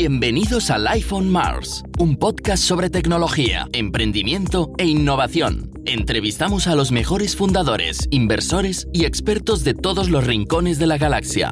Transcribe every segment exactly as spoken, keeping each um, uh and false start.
Bienvenidos a Life on Mars, un podcast sobre tecnología, emprendimiento e innovación. Entrevistamos a los mejores fundadores, inversores y expertos de todos los rincones de la galaxia.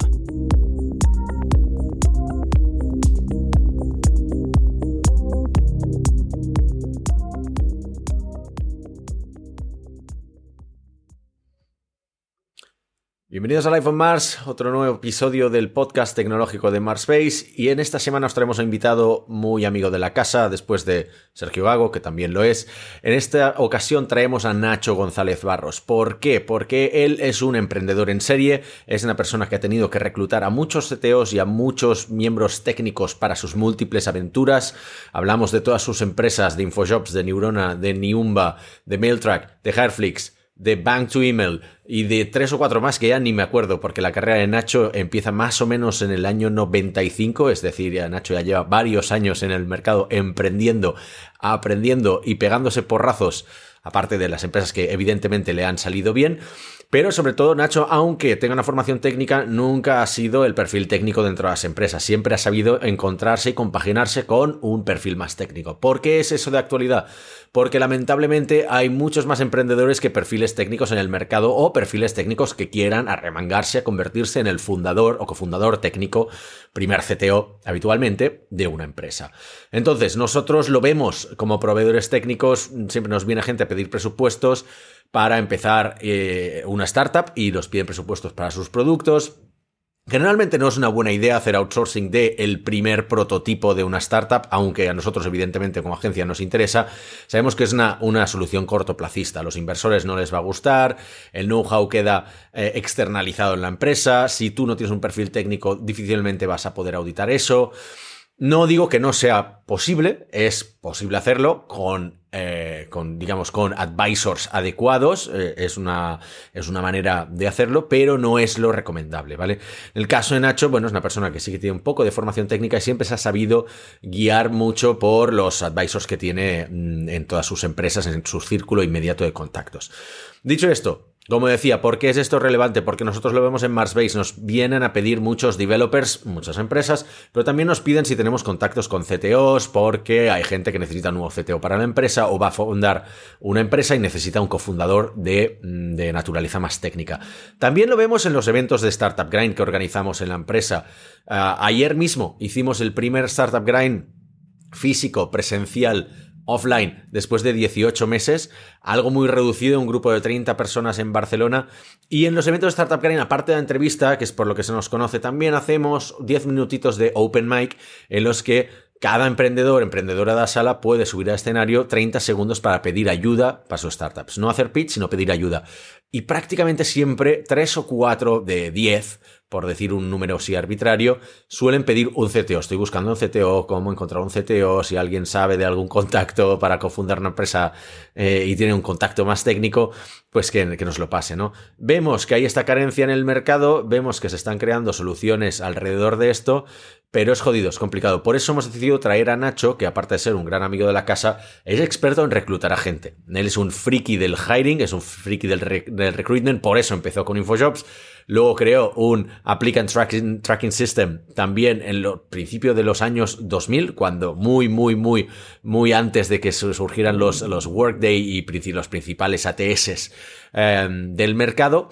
Bienvenidos a Life on Mars, otro nuevo episodio del podcast tecnológico de Marspace, y en esta semana os traemos a un invitado muy amigo de la casa, después de Sergio Gago, que también lo es. En esta ocasión traemos a Nacho González Barros. ¿Por qué? Porque él es un emprendedor en serie, es una persona que ha tenido que reclutar a muchos C T Os y a muchos miembros técnicos para sus múltiples aventuras. Hablamos de todas sus empresas, de Infojobs, de Neurona, de Niumba, de Mailtrack, de Hireflix, de Bank to Email y de tres o cuatro más que ya ni me acuerdo, porque la carrera de Nacho empieza más o menos en el año noventa y cinco, es decir, ya Nacho ya lleva varios años en el mercado emprendiendo, aprendiendo y pegándose porrazos, aparte de las empresas que evidentemente le han salido bien. Pero sobre todo Nacho, aunque tenga una formación técnica, nunca ha sido el perfil técnico dentro de las empresas. Siempre ha sabido encontrarse y compaginarse con un perfil más técnico. ¿Por qué es eso de actualidad? Porque lamentablemente hay muchos más emprendedores que perfiles técnicos en el mercado, o perfiles técnicos que quieran arremangarse a convertirse en el fundador o cofundador técnico, primer C T O habitualmente, de una empresa. Entonces nosotros lo vemos como proveedores técnicos. Siempre nos viene gente a pedir presupuestos para empezar eh, una startup y nos piden presupuestos para sus productos. Generalmente no es una buena idea hacer outsourcing de el primer prototipo de una startup, aunque a nosotros evidentemente como agencia nos interesa. Sabemos que es una, una solución cortoplacista. A los inversores no les va a gustar, el know-how queda eh, externalizado en la empresa. Si tú no tienes un perfil técnico, difícilmente vas a poder auditar eso. No digo que no sea posible, es posible hacerlo con, eh, con digamos, con advisors adecuados, eh, es una, es una manera de hacerlo, pero no es lo recomendable, ¿vale? En el caso de Nacho, bueno, es una persona que sí que tiene un poco de formación técnica y siempre se ha sabido guiar mucho por los advisors que tiene en todas sus empresas, en su círculo inmediato de contactos. Dicho esto, como decía, ¿por qué es esto relevante? Porque nosotros lo vemos en Marspace, nos vienen a pedir muchos developers, muchas empresas, pero también nos piden si tenemos contactos con C T Os, porque hay gente que necesita un nuevo C T O para la empresa o va a fundar una empresa y necesita un cofundador de, de naturaleza más técnica. También lo vemos en los eventos de Startup Grind que organizamos en la empresa. Uh, ayer mismo hicimos el primer Startup Grind físico, presencial, offline, después de dieciocho meses, algo muy reducido, un grupo de treinta personas en Barcelona. Y en los eventos de Startup Grind, aparte de la entrevista, que es por lo que se nos conoce, también hacemos diez minutitos de open mic en los que cada emprendedor, emprendedora de la sala puede subir al escenario treinta segundos para pedir ayuda para sus startups. No hacer pitch, sino pedir ayuda. Y prácticamente siempre tres o cuatro de diez, por decir un número así arbitrario, suelen pedir un C T O. Estoy buscando un C T O, cómo encontrar un C T O, si alguien sabe de algún contacto para cofundar una empresa eh, y tiene un contacto más técnico, pues que, que nos lo pase, ¿no? Vemos que hay esta carencia en el mercado, vemos que se están creando soluciones alrededor de esto, pero es jodido, es complicado. Por eso hemos decidido traer a Nacho, que aparte de ser un gran amigo de la casa, es experto en reclutar a gente. Él es un friki del hiring, es un friki del, rec- del recruitment, por eso empezó con Infojobs. Luego creó un Applicant Tracking, tracking System también en los principios de los años dos mil, cuando muy, muy, muy, muy antes de que surgieran los, los Workday y los principales A T S eh, del mercado.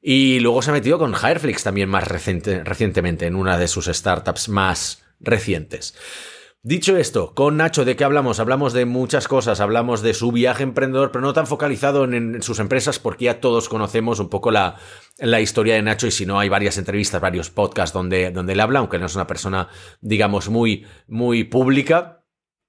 Y luego se ha metido con Hireflix también más reciente, recientemente, en una de sus startups más recientes. Dicho esto, con Nacho, ¿de qué hablamos? Hablamos de muchas cosas, hablamos de su viaje emprendedor, pero no tan focalizado en, en sus empresas, porque ya todos conocemos un poco la, la historia de Nacho, y si no hay varias entrevistas, varios podcasts donde, donde él habla, aunque no es una persona, digamos, muy, muy pública.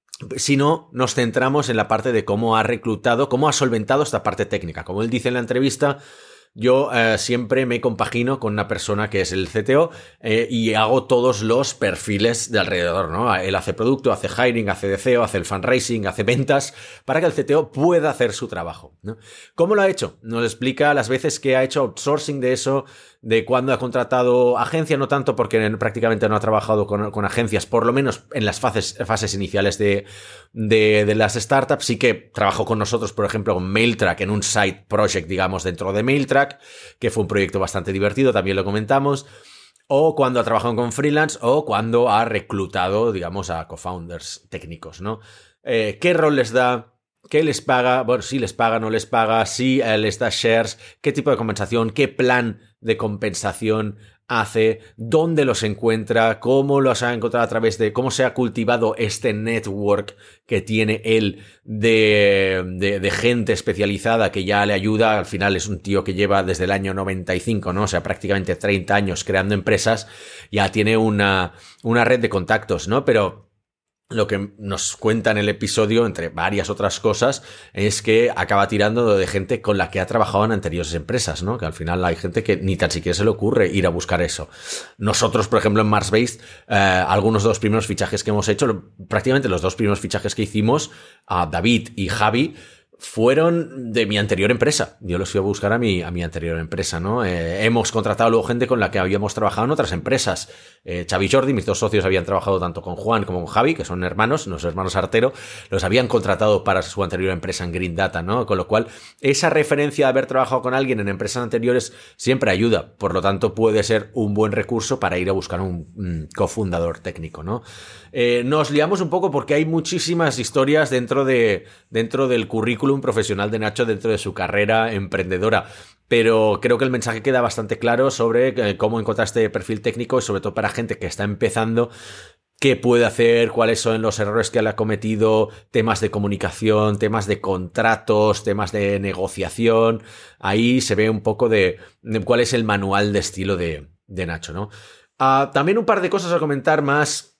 Si no, nos centramos en la parte de cómo ha reclutado, cómo ha solventado esta parte técnica. Como él dice en la entrevista, yo eh, siempre me compagino con una persona que es el C T O eh, y hago todos los perfiles de alrededor, ¿no? Él hace producto, hace hiring, hace D C O, hace el fundraising, hace ventas, para que el C T O pueda hacer su trabajo, ¿no? ¿Cómo lo ha hecho? Nos explica las veces que ha hecho outsourcing de eso, de cuándo ha contratado agencia, no tanto porque prácticamente no ha trabajado con, con agencias, por lo menos en las fases, fases iniciales de, de, de las startups. Sí que trabajó con nosotros, por ejemplo, con Mailtrack en un side project, digamos, dentro de Mailtrack, que fue un proyecto bastante divertido, también lo comentamos. o cuando ha trabajado con freelance, o cuando ha reclutado, digamos, a co-founders técnicos, ¿no? Eh, ¿Qué rol les da? ¿Qué les paga? Bueno, si les paga, no les paga, si eh, les da shares, qué tipo de compensación, qué plan de compensación hace, dónde los encuentra, cómo los ha encontrado a través de, cómo se ha cultivado este network que tiene él de, de, de gente especializada que ya le ayuda. Al final es un tío que lleva desde el año noventa y cinco, ¿no? O sea, prácticamente treinta años creando empresas, ya tiene una, una red de contactos, ¿no? Pero lo que nos cuenta en el episodio, entre varias otras cosas, es que acaba tirando de gente con la que ha trabajado en anteriores empresas, ¿no? Que al final hay gente que ni tan siquiera se le ocurre ir a buscar eso. Nosotros, por ejemplo, en Marsbase, eh, algunos de los primeros fichajes que hemos hecho, prácticamente los dos primeros fichajes que hicimos, a David y Javi, fueron de mi anterior empresa. Yo los fui a buscar a mi, a mi anterior empresa, ¿no? Eh, hemos contratado luego gente con la que habíamos trabajado en otras empresas. Eh, Xavi y Jordi, mis dos socios, habían trabajado tanto con Juan como con Javi, que son hermanos, nuestros hermanos Artero, los habían contratado para su anterior empresa en Green Data, ¿no? Con lo cual, esa referencia de haber trabajado con alguien en empresas anteriores siempre ayuda. Por lo tanto, puede ser un buen recurso para ir a buscar un, un cofundador técnico, ¿no? Eh, nos liamos un poco porque hay muchísimas historias dentro de, dentro del currículum profesional de Nacho, dentro de su carrera emprendedora, pero creo que el mensaje queda bastante claro sobre cómo encontrar este perfil técnico y sobre todo para gente que está empezando, qué puede hacer, cuáles son los errores que él ha cometido, temas de comunicación, temas de contratos, temas de negociación. Ahí se ve un poco de, de cuál es el manual de estilo de, de Nacho, ¿no? Uh, también un par de cosas a comentar más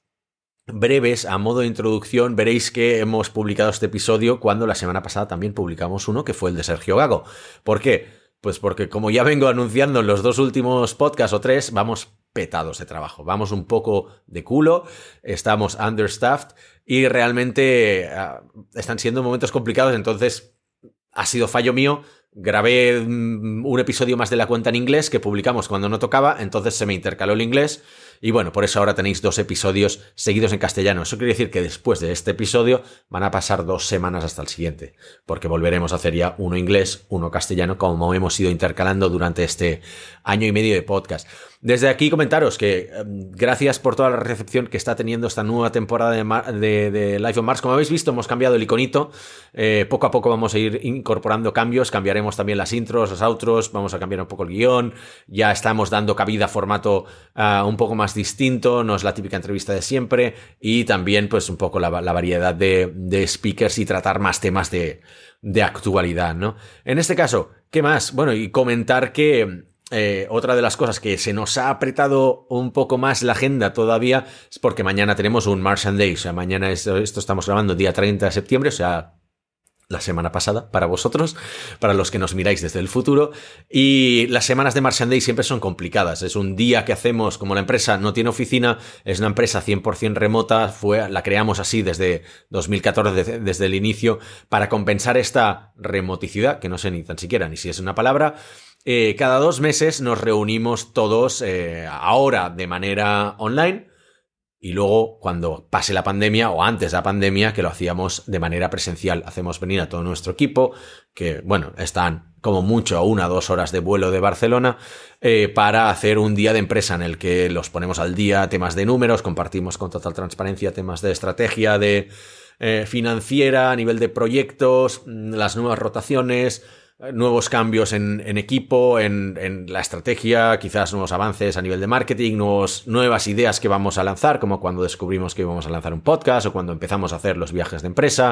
breves a modo de introducción. Veréis que hemos publicado este episodio cuando la semana pasada también publicamos uno que fue el de Sergio Gago. ¿Por qué? Pues porque, como ya vengo anunciando en los dos últimos podcasts o tres, vamos petados de trabajo, vamos un poco de culo, estamos understaffed y realmente uh, están siendo momentos complicados. Entonces ha sido fallo mío. Grabé un episodio más de la cuenta en inglés que publicamos cuando no tocaba, entonces se me intercaló el inglés y bueno, por eso ahora tenéis dos episodios seguidos en castellano. Eso quiere decir que después de este episodio van a pasar dos semanas hasta el siguiente, porque volveremos a hacer ya uno inglés, uno castellano, como hemos ido intercalando durante este año y medio de podcast. Desde aquí comentaros que eh, gracias por toda la recepción que está teniendo esta nueva temporada de, Mar- de, de Life on Mars. Como habéis visto, hemos cambiado el iconito. Eh, poco a poco vamos a ir incorporando cambios. Cambiaremos también las intros, los outros. Vamos a cambiar un poco el guión. Ya estamos dando cabida a formato uh, un poco más distinto. No es la típica entrevista de siempre. Y también, pues, un poco la, la variedad de, de speakers y tratar más temas de, de actualidad, ¿no? En este caso, ¿qué más? Bueno, y comentar que Eh, otra de las cosas que se nos ha apretado un poco más la agenda todavía es porque mañana tenemos un Martian Day. O sea, mañana es, esto estamos grabando día treinta de septiembre, o sea, la semana pasada para vosotros, para los que nos miráis desde el futuro. Y las semanas de Martian Day siempre son complicadas. Es un día que hacemos, como la empresa no tiene oficina, es una empresa cien por ciento remota, fue, la creamos así desde dos mil catorce, desde, desde el inicio, para compensar esta remoticidad, que no sé ni tan siquiera ni si es una palabra. Eh, cada dos meses nos reunimos todos, eh, ahora de manera online, y luego cuando pase la pandemia o antes de la pandemia, que lo hacíamos de manera presencial. Hacemos venir a todo nuestro equipo, que bueno, están como mucho a una o dos horas de vuelo de Barcelona, eh, para hacer un día de empresa en el que los ponemos al día, temas de números, compartimos con total transparencia temas de estrategia, de eh, financiera, a nivel de proyectos, las nuevas rotaciones, nuevos cambios en, en equipo, en, en la estrategia, quizás nuevos avances a nivel de marketing, nuevos, nuevas ideas que vamos a lanzar, como cuando descubrimos que íbamos a lanzar un podcast o cuando empezamos a hacer los viajes de empresa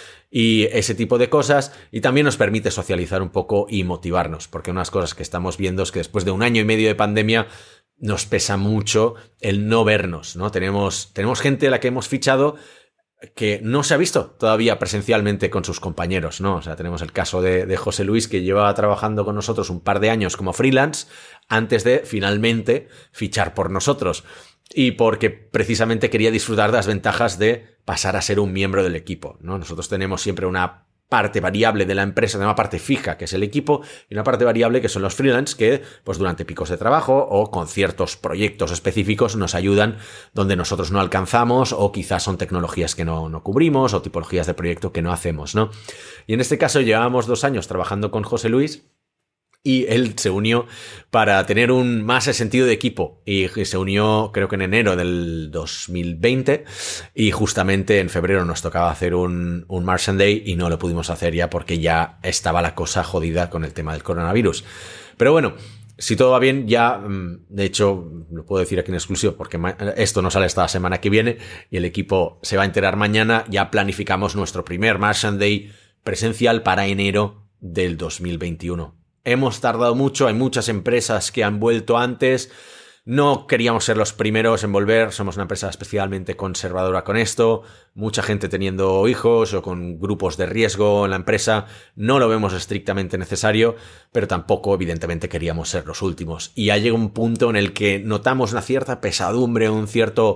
y ese tipo de cosas. Y también nos permite socializar un poco y motivarnos, porque unas cosas que estamos viendo es que después de un año y medio de pandemia nos pesa mucho el no vernos, ¿no? Tenemos, tenemos gente a la que hemos fichado que no se ha visto todavía presencialmente con sus compañeros, ¿no? O sea, tenemos el caso de, de José Luis, que lleva trabajando con nosotros un par de años como freelance antes de finalmente fichar por nosotros, y porque precisamente quería disfrutar de las ventajas de pasar a ser un miembro del equipo, ¿no? Nosotros tenemos siempre una parte variable de la empresa, una parte fija, que es el equipo, y una parte variable, que son los freelance, que pues durante picos de trabajo o con ciertos proyectos específicos nos ayudan donde nosotros no alcanzamos, o quizás son tecnologías que no, no cubrimos o tipologías de proyecto que no hacemos, ¿no? Y en este caso llevábamos dos años trabajando con José Luis Y él se unió para tener un más sentido de equipo y se unió creo que en enero del dos mil veinte y justamente en febrero nos tocaba hacer un, un Martian Day y no lo pudimos hacer ya porque ya estaba la cosa jodida con el tema del coronavirus. Pero bueno, si todo va bien, ya, de hecho, lo puedo decir aquí en exclusivo porque esto no sale esta semana que viene y el equipo se va a enterar mañana, ya planificamos nuestro primer Martian Day presencial para enero del dos mil veintiuno. Hemos tardado mucho, hay muchas empresas que han vuelto antes, no queríamos ser los primeros en volver, somos una empresa especialmente conservadora con esto, mucha gente teniendo hijos o con grupos de riesgo en la empresa, no lo vemos estrictamente necesario, pero tampoco evidentemente queríamos ser los últimos. Y ya llega un punto en el que notamos una cierta pesadumbre, un cierto...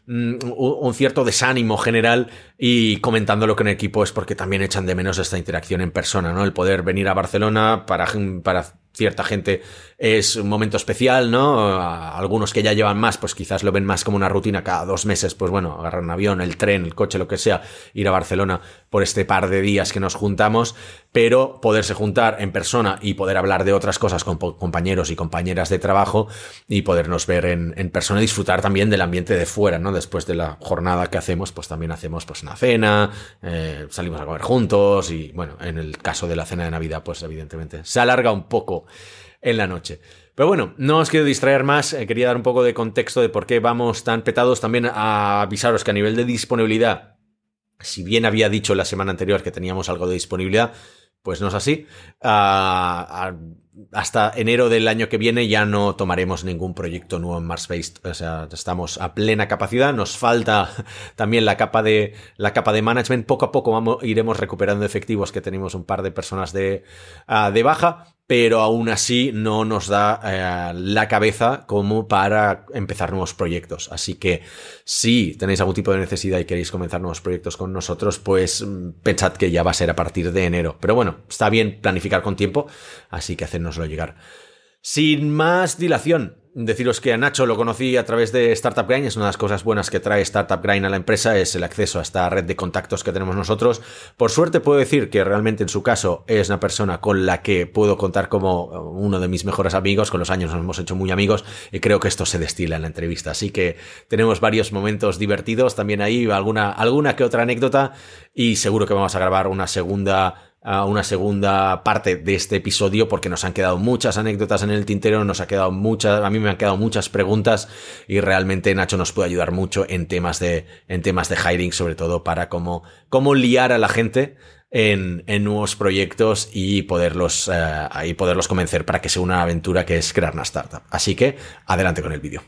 un cierto desánimo general y comentándolo con el equipo es porque también echan de menos esta interacción en persona, ¿no? El poder venir a Barcelona para, para cierta gente es un momento especial, ¿no? Algunos que ya llevan más, pues quizás lo ven más como una rutina cada dos meses, pues bueno, agarrar un avión, el tren, el coche, lo que sea, ir a Barcelona por este par de días que nos juntamos, pero poderse juntar en persona y poder hablar de otras cosas con compañeros y compañeras de trabajo y podernos ver en, en persona y disfrutar también del ambiente de fuera, ¿no? Después de la jornada que hacemos, pues también hacemos pues una cena, eh, salimos a comer juntos y bueno, en el caso de la cena de Navidad, pues evidentemente se alarga un poco en la noche. Pero bueno, no os quiero distraer más, eh, quería dar un poco de contexto de por qué vamos tan petados. También a avisaros que a nivel de disponibilidad, si bien había dicho la semana anterior que teníamos algo de disponibilidad, pues no es así. Uh, uh, hasta enero del año que viene ya no tomaremos ningún proyecto nuevo en MarsBase. O sea, estamos a plena capacidad. Nos falta también la capa de la capa de management. Poco a poco vamos, iremos recuperando efectivos, que tenemos un par de personas de, uh, de baja, pero aún así no nos da eh, la cabeza como para empezar nuevos proyectos. Así que si tenéis algún tipo de necesidad y queréis comenzar nuevos proyectos con nosotros, pues pensad que ya va a ser a partir de enero. Pero bueno, está bien planificar con tiempo, así que hacérnoslo llegar. Sin más dilación, deciros que a Nacho lo conocí a través de Startup Grind. Es una de las cosas buenas que trae Startup Grind a la empresa, es el acceso a esta red de contactos que tenemos nosotros. Por suerte puedo decir que realmente en su caso es una persona con la que puedo contar como uno de mis mejores amigos. Con los años nos hemos hecho muy amigos y creo que esto se destila en la entrevista. Así que tenemos varios momentos divertidos, también ahí alguna, alguna que otra anécdota y seguro que vamos a grabar una segunda... a una segunda parte de este episodio porque nos han quedado muchas anécdotas en el tintero, nos ha quedado muchas, a mí me han quedado muchas preguntas y realmente Nacho nos puede ayudar mucho en temas de, en temas de hiring, sobre todo para cómo, cómo liar a la gente en, en nuevos proyectos y poderlos, uh, y poderlos convencer para que sea una aventura que es crear una startup. Así que adelante con el vídeo.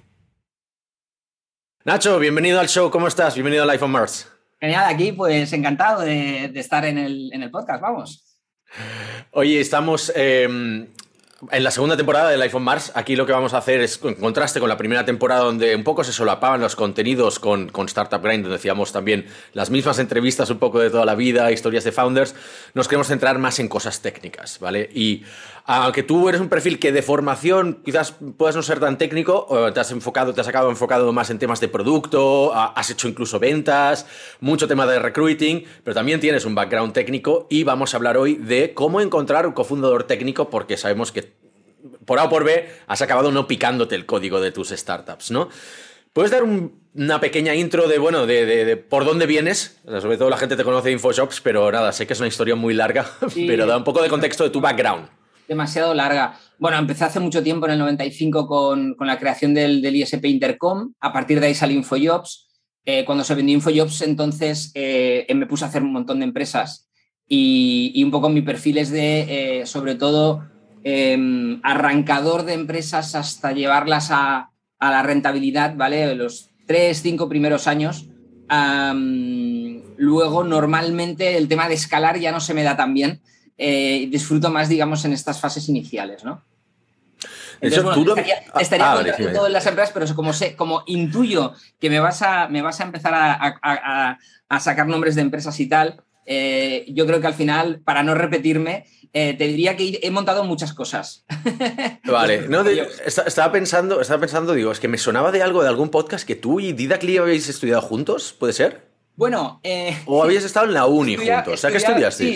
Nacho, bienvenido al show, ¿cómo estás? Bienvenido a Life on Mars. Genial, aquí pues encantado de, de estar en el, en el podcast, vamos. Oye, estamos eh, en la segunda temporada de Life on Mars. Aquí lo que vamos a hacer es, en contraste con la primera temporada donde un poco se solapaban los contenidos con, con Startup Grind, donde decíamos también las mismas entrevistas un poco de toda la vida, historias de founders, nos queremos centrar más en cosas técnicas, ¿vale? Y aunque tú eres un perfil que de formación quizás puedas no ser tan técnico, te has enfocado, te has acabado enfocado más en temas de producto, has hecho incluso ventas, mucho tema de recruiting, pero también tienes un background técnico y vamos a hablar hoy de cómo encontrar un cofundador técnico, porque sabemos que por A o por B has acabado no picándote el código de tus startups, ¿no? ¿Puedes dar un, una pequeña intro de, bueno, de, de, de por dónde vienes? Sobre todo la gente te conoce de InfoShops, pero nada, sé que es una historia muy larga, sí, pero da un poco de contexto de tu background. Demasiado larga. Bueno, empecé hace mucho tiempo, en el noventa y cinco, con, con la creación del, del I S P Intercom. A partir de ahí salió InfoJobs. Eh, cuando se vendió InfoJobs, entonces eh, me puse a hacer un montón de empresas. Y, y un poco mi perfil es de, eh, sobre todo, eh, arrancador de empresas hasta llevarlas a, a la rentabilidad, ¿vale? Los tres, cinco primeros años. Um, luego, normalmente, el tema de escalar ya no se me da tan bien. Eh, disfruto más, digamos, en estas fases iniciales, ¿no? Entonces, Eso, bueno, tú estaría, lo... estaría ah, contando vale, sí, todas las empresas, pero como sé, como intuyo que me vas a, me vas a empezar a, a, a, a sacar nombres de empresas y tal, eh, yo creo que al final, para no repetirme, eh, te diría que he montado muchas cosas. Vale, no, de, estaba pensando, estaba pensando, digo, es que me sonaba de algo, de algún podcast que tú y Didac Lee habéis estudiado juntos, ¿puede ser? Bueno, eh, o habéis estado en la uni estudia, juntos, o sea, ¿qué estudiasteis? Sí.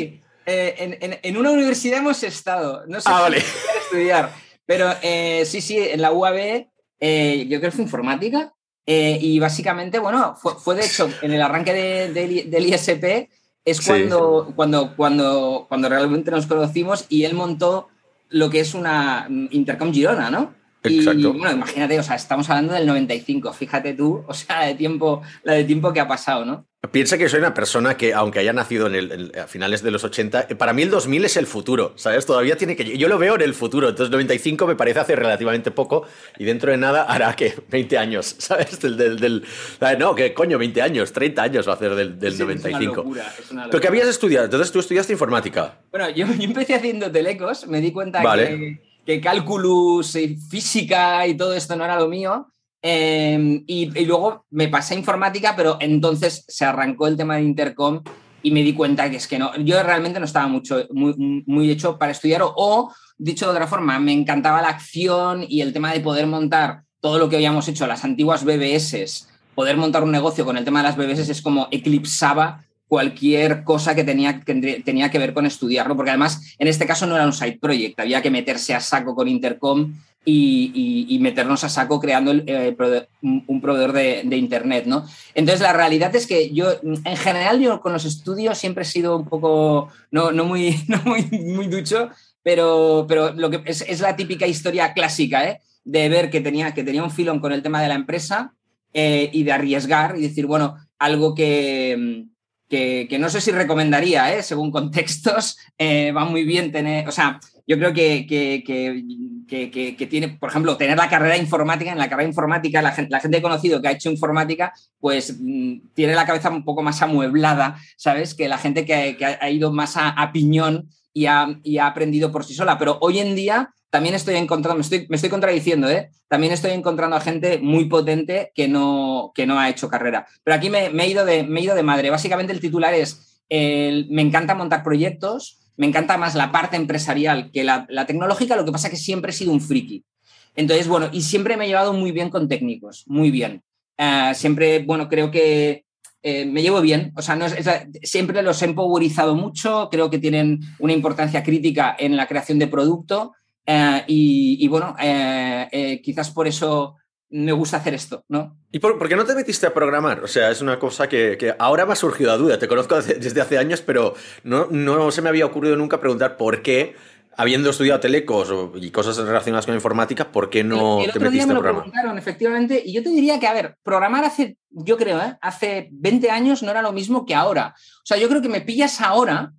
Eh, en, en, en una universidad hemos estado, no sé ah, si vale. estudiar, pero eh, sí, sí, en la U A B eh, yo creo que fue informática eh, y básicamente, bueno, fue, fue de hecho en el arranque de, de, del I S P es cuando, sí. cuando, cuando, cuando realmente nos conocimos y él montó lo que es una Intercom Girona, ¿no? Exacto. Y bueno, imagínate, o sea, estamos hablando del noventa y cinco, fíjate tú, o sea, la de tiempo, la de tiempo que ha pasado, ¿no? Piensa que soy una persona que, aunque haya nacido en el, en, a finales de los ochenta, para mí el dos mil es el futuro, ¿sabes? Todavía tiene que... Yo lo veo en el futuro, entonces noventa y cinco me parece hace relativamente poco y dentro de nada hará, que veinte años, ¿sabes? Del, del, del, no, que coño, veinte años, treinta años va a hacer del, del sí, noventa y cinco. Es una locura, es una locura. ¿Pero qué habías estudiado? Entonces tú estudiaste informática. Bueno, yo, yo empecé haciendo telecos, me di cuenta vale. que, que cálculos y física y todo esto no era lo mío. Eh, y, y luego me pasé a informática, pero entonces se arrancó el tema de Intercom y me di cuenta que es que no, yo realmente no estaba mucho, muy, muy hecho para estudiar o, o, dicho de otra forma, me encantaba la acción y el tema de poder montar todo lo que habíamos hecho, las antiguas B B S, poder montar un negocio con el tema de las B B S es como eclipsaba cualquier cosa que tenía, que tenía que ver con estudiarlo, porque además en este caso no era un side project, había que meterse a saco con Intercom y, y, y meternos a saco creando el, eh, un proveedor de, de Internet, ¿no? Entonces la realidad es que yo, en general, yo con los estudios siempre he sido un poco, no, no, muy, no muy, muy ducho, pero, pero lo que es, es la típica historia clásica, ¿eh? De ver que tenía, que tenía un filón con el tema de la empresa eh, y de arriesgar y decir, bueno, algo que... Que, que no sé si recomendaría, ¿eh? Según contextos, eh, va muy bien tener, o sea, yo creo que, que, que, que, que tiene, por ejemplo, tener la carrera informática, en la carrera informática, la gente, la gente que he conocido que ha hecho informática, pues mmm, tiene la cabeza un poco más amueblada, ¿sabes? Que la gente que, que ha ido más a, a piñón y ha, y ha aprendido por sí sola, pero hoy en día también estoy encontrando, me estoy, me estoy contradiciendo, ¿eh? También estoy encontrando a gente muy potente que no, que no ha hecho carrera. Pero aquí me, me, he, ido de, me he ido de madre. Básicamente el titular es, el, me encanta montar proyectos, me encanta más la parte empresarial que la, la tecnológica, lo que pasa es que siempre he sido un friki. Entonces, bueno, y siempre me he llevado muy bien con técnicos, muy bien. Uh, siempre, bueno, creo que eh, me llevo bien, o sea, no es, es la, siempre los he empowerizado mucho, creo que tienen una importancia crítica en la creación de producto. Uh, y, y bueno, eh, eh, quizás por eso me gusta hacer esto, ¿no? ¿Y por, por qué no te metiste a programar? O sea, es una cosa que, que ahora me ha surgido la duda. Te conozco desde hace años, pero no, no se me había ocurrido nunca preguntar por qué, habiendo estudiado telecos y cosas relacionadas con informática, ¿por qué no el, el te metiste me a lo programar? Preguntaron, efectivamente, y yo te diría que, a ver, programar hace, yo creo, ¿eh? hace veinte años no era lo mismo que ahora. O sea, yo creo que me pillas ahora...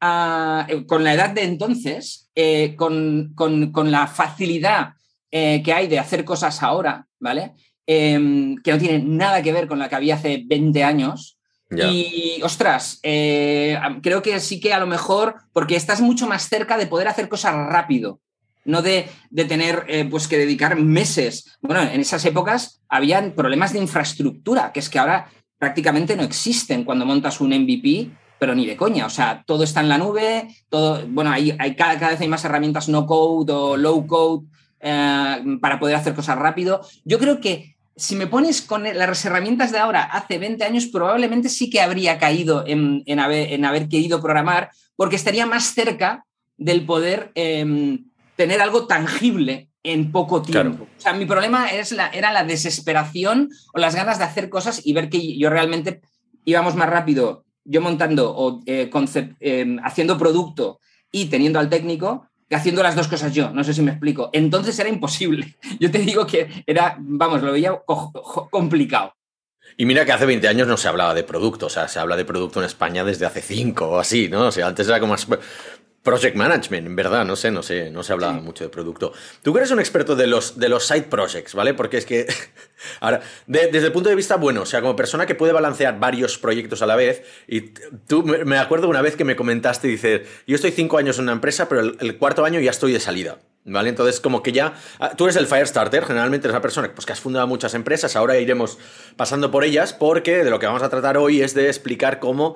Uh, con la edad de entonces, eh, con, con, con la facilidad eh, que hay de hacer cosas ahora, ¿vale? Eh, que no tiene nada que ver con la que había hace veinte años. Yeah. Y, ostras, eh, creo que sí que a lo mejor, porque estás mucho más cerca de poder hacer cosas rápido, no de, de tener eh, pues que dedicar meses. Bueno, en esas épocas habían problemas de infraestructura, que es que ahora prácticamente no existen cuando montas un M V P, pero ni de coña, o sea, todo está en la nube, todo, bueno, hay, hay cada, cada vez hay más herramientas no code o low code eh, para poder hacer cosas rápido. Yo creo que si me pones con las herramientas de ahora hace veinte años, probablemente sí que habría caído en, en, haber, en haber querido programar, porque estaría más cerca del poder eh, tener algo tangible en poco tiempo. Claro. O sea, mi problema es la, era la desesperación o las ganas de hacer cosas y ver que yo realmente íbamos más rápido yo montando o eh, concept, eh, haciendo producto y teniendo al técnico que haciendo las dos cosas yo, no sé si me explico. Entonces era imposible. Yo te digo que era, vamos, lo veía co- co- complicado. Y mira que hace veinte años no se hablaba de producto, o sea, se habla de producto en España desde hace cinco o así, ¿no? O sea, antes era como más project management, en verdad, no sé, no sé, no se hablaba sí. mucho de producto. Tú que eres un experto de los, de los side projects, ¿vale? Porque es que, ahora, de, desde el punto de vista, bueno, o sea, como persona que puede balancear varios proyectos a la vez, y tú, me acuerdo una vez que me comentaste, dices, yo estoy cinco años en una empresa, pero el, el cuarto año ya estoy de salida, ¿vale? Entonces, como que ya, tú eres el Firestarter, generalmente eres la persona pues, que has fundado muchas empresas, ahora iremos pasando por ellas, porque de lo que vamos a tratar hoy es de explicar cómo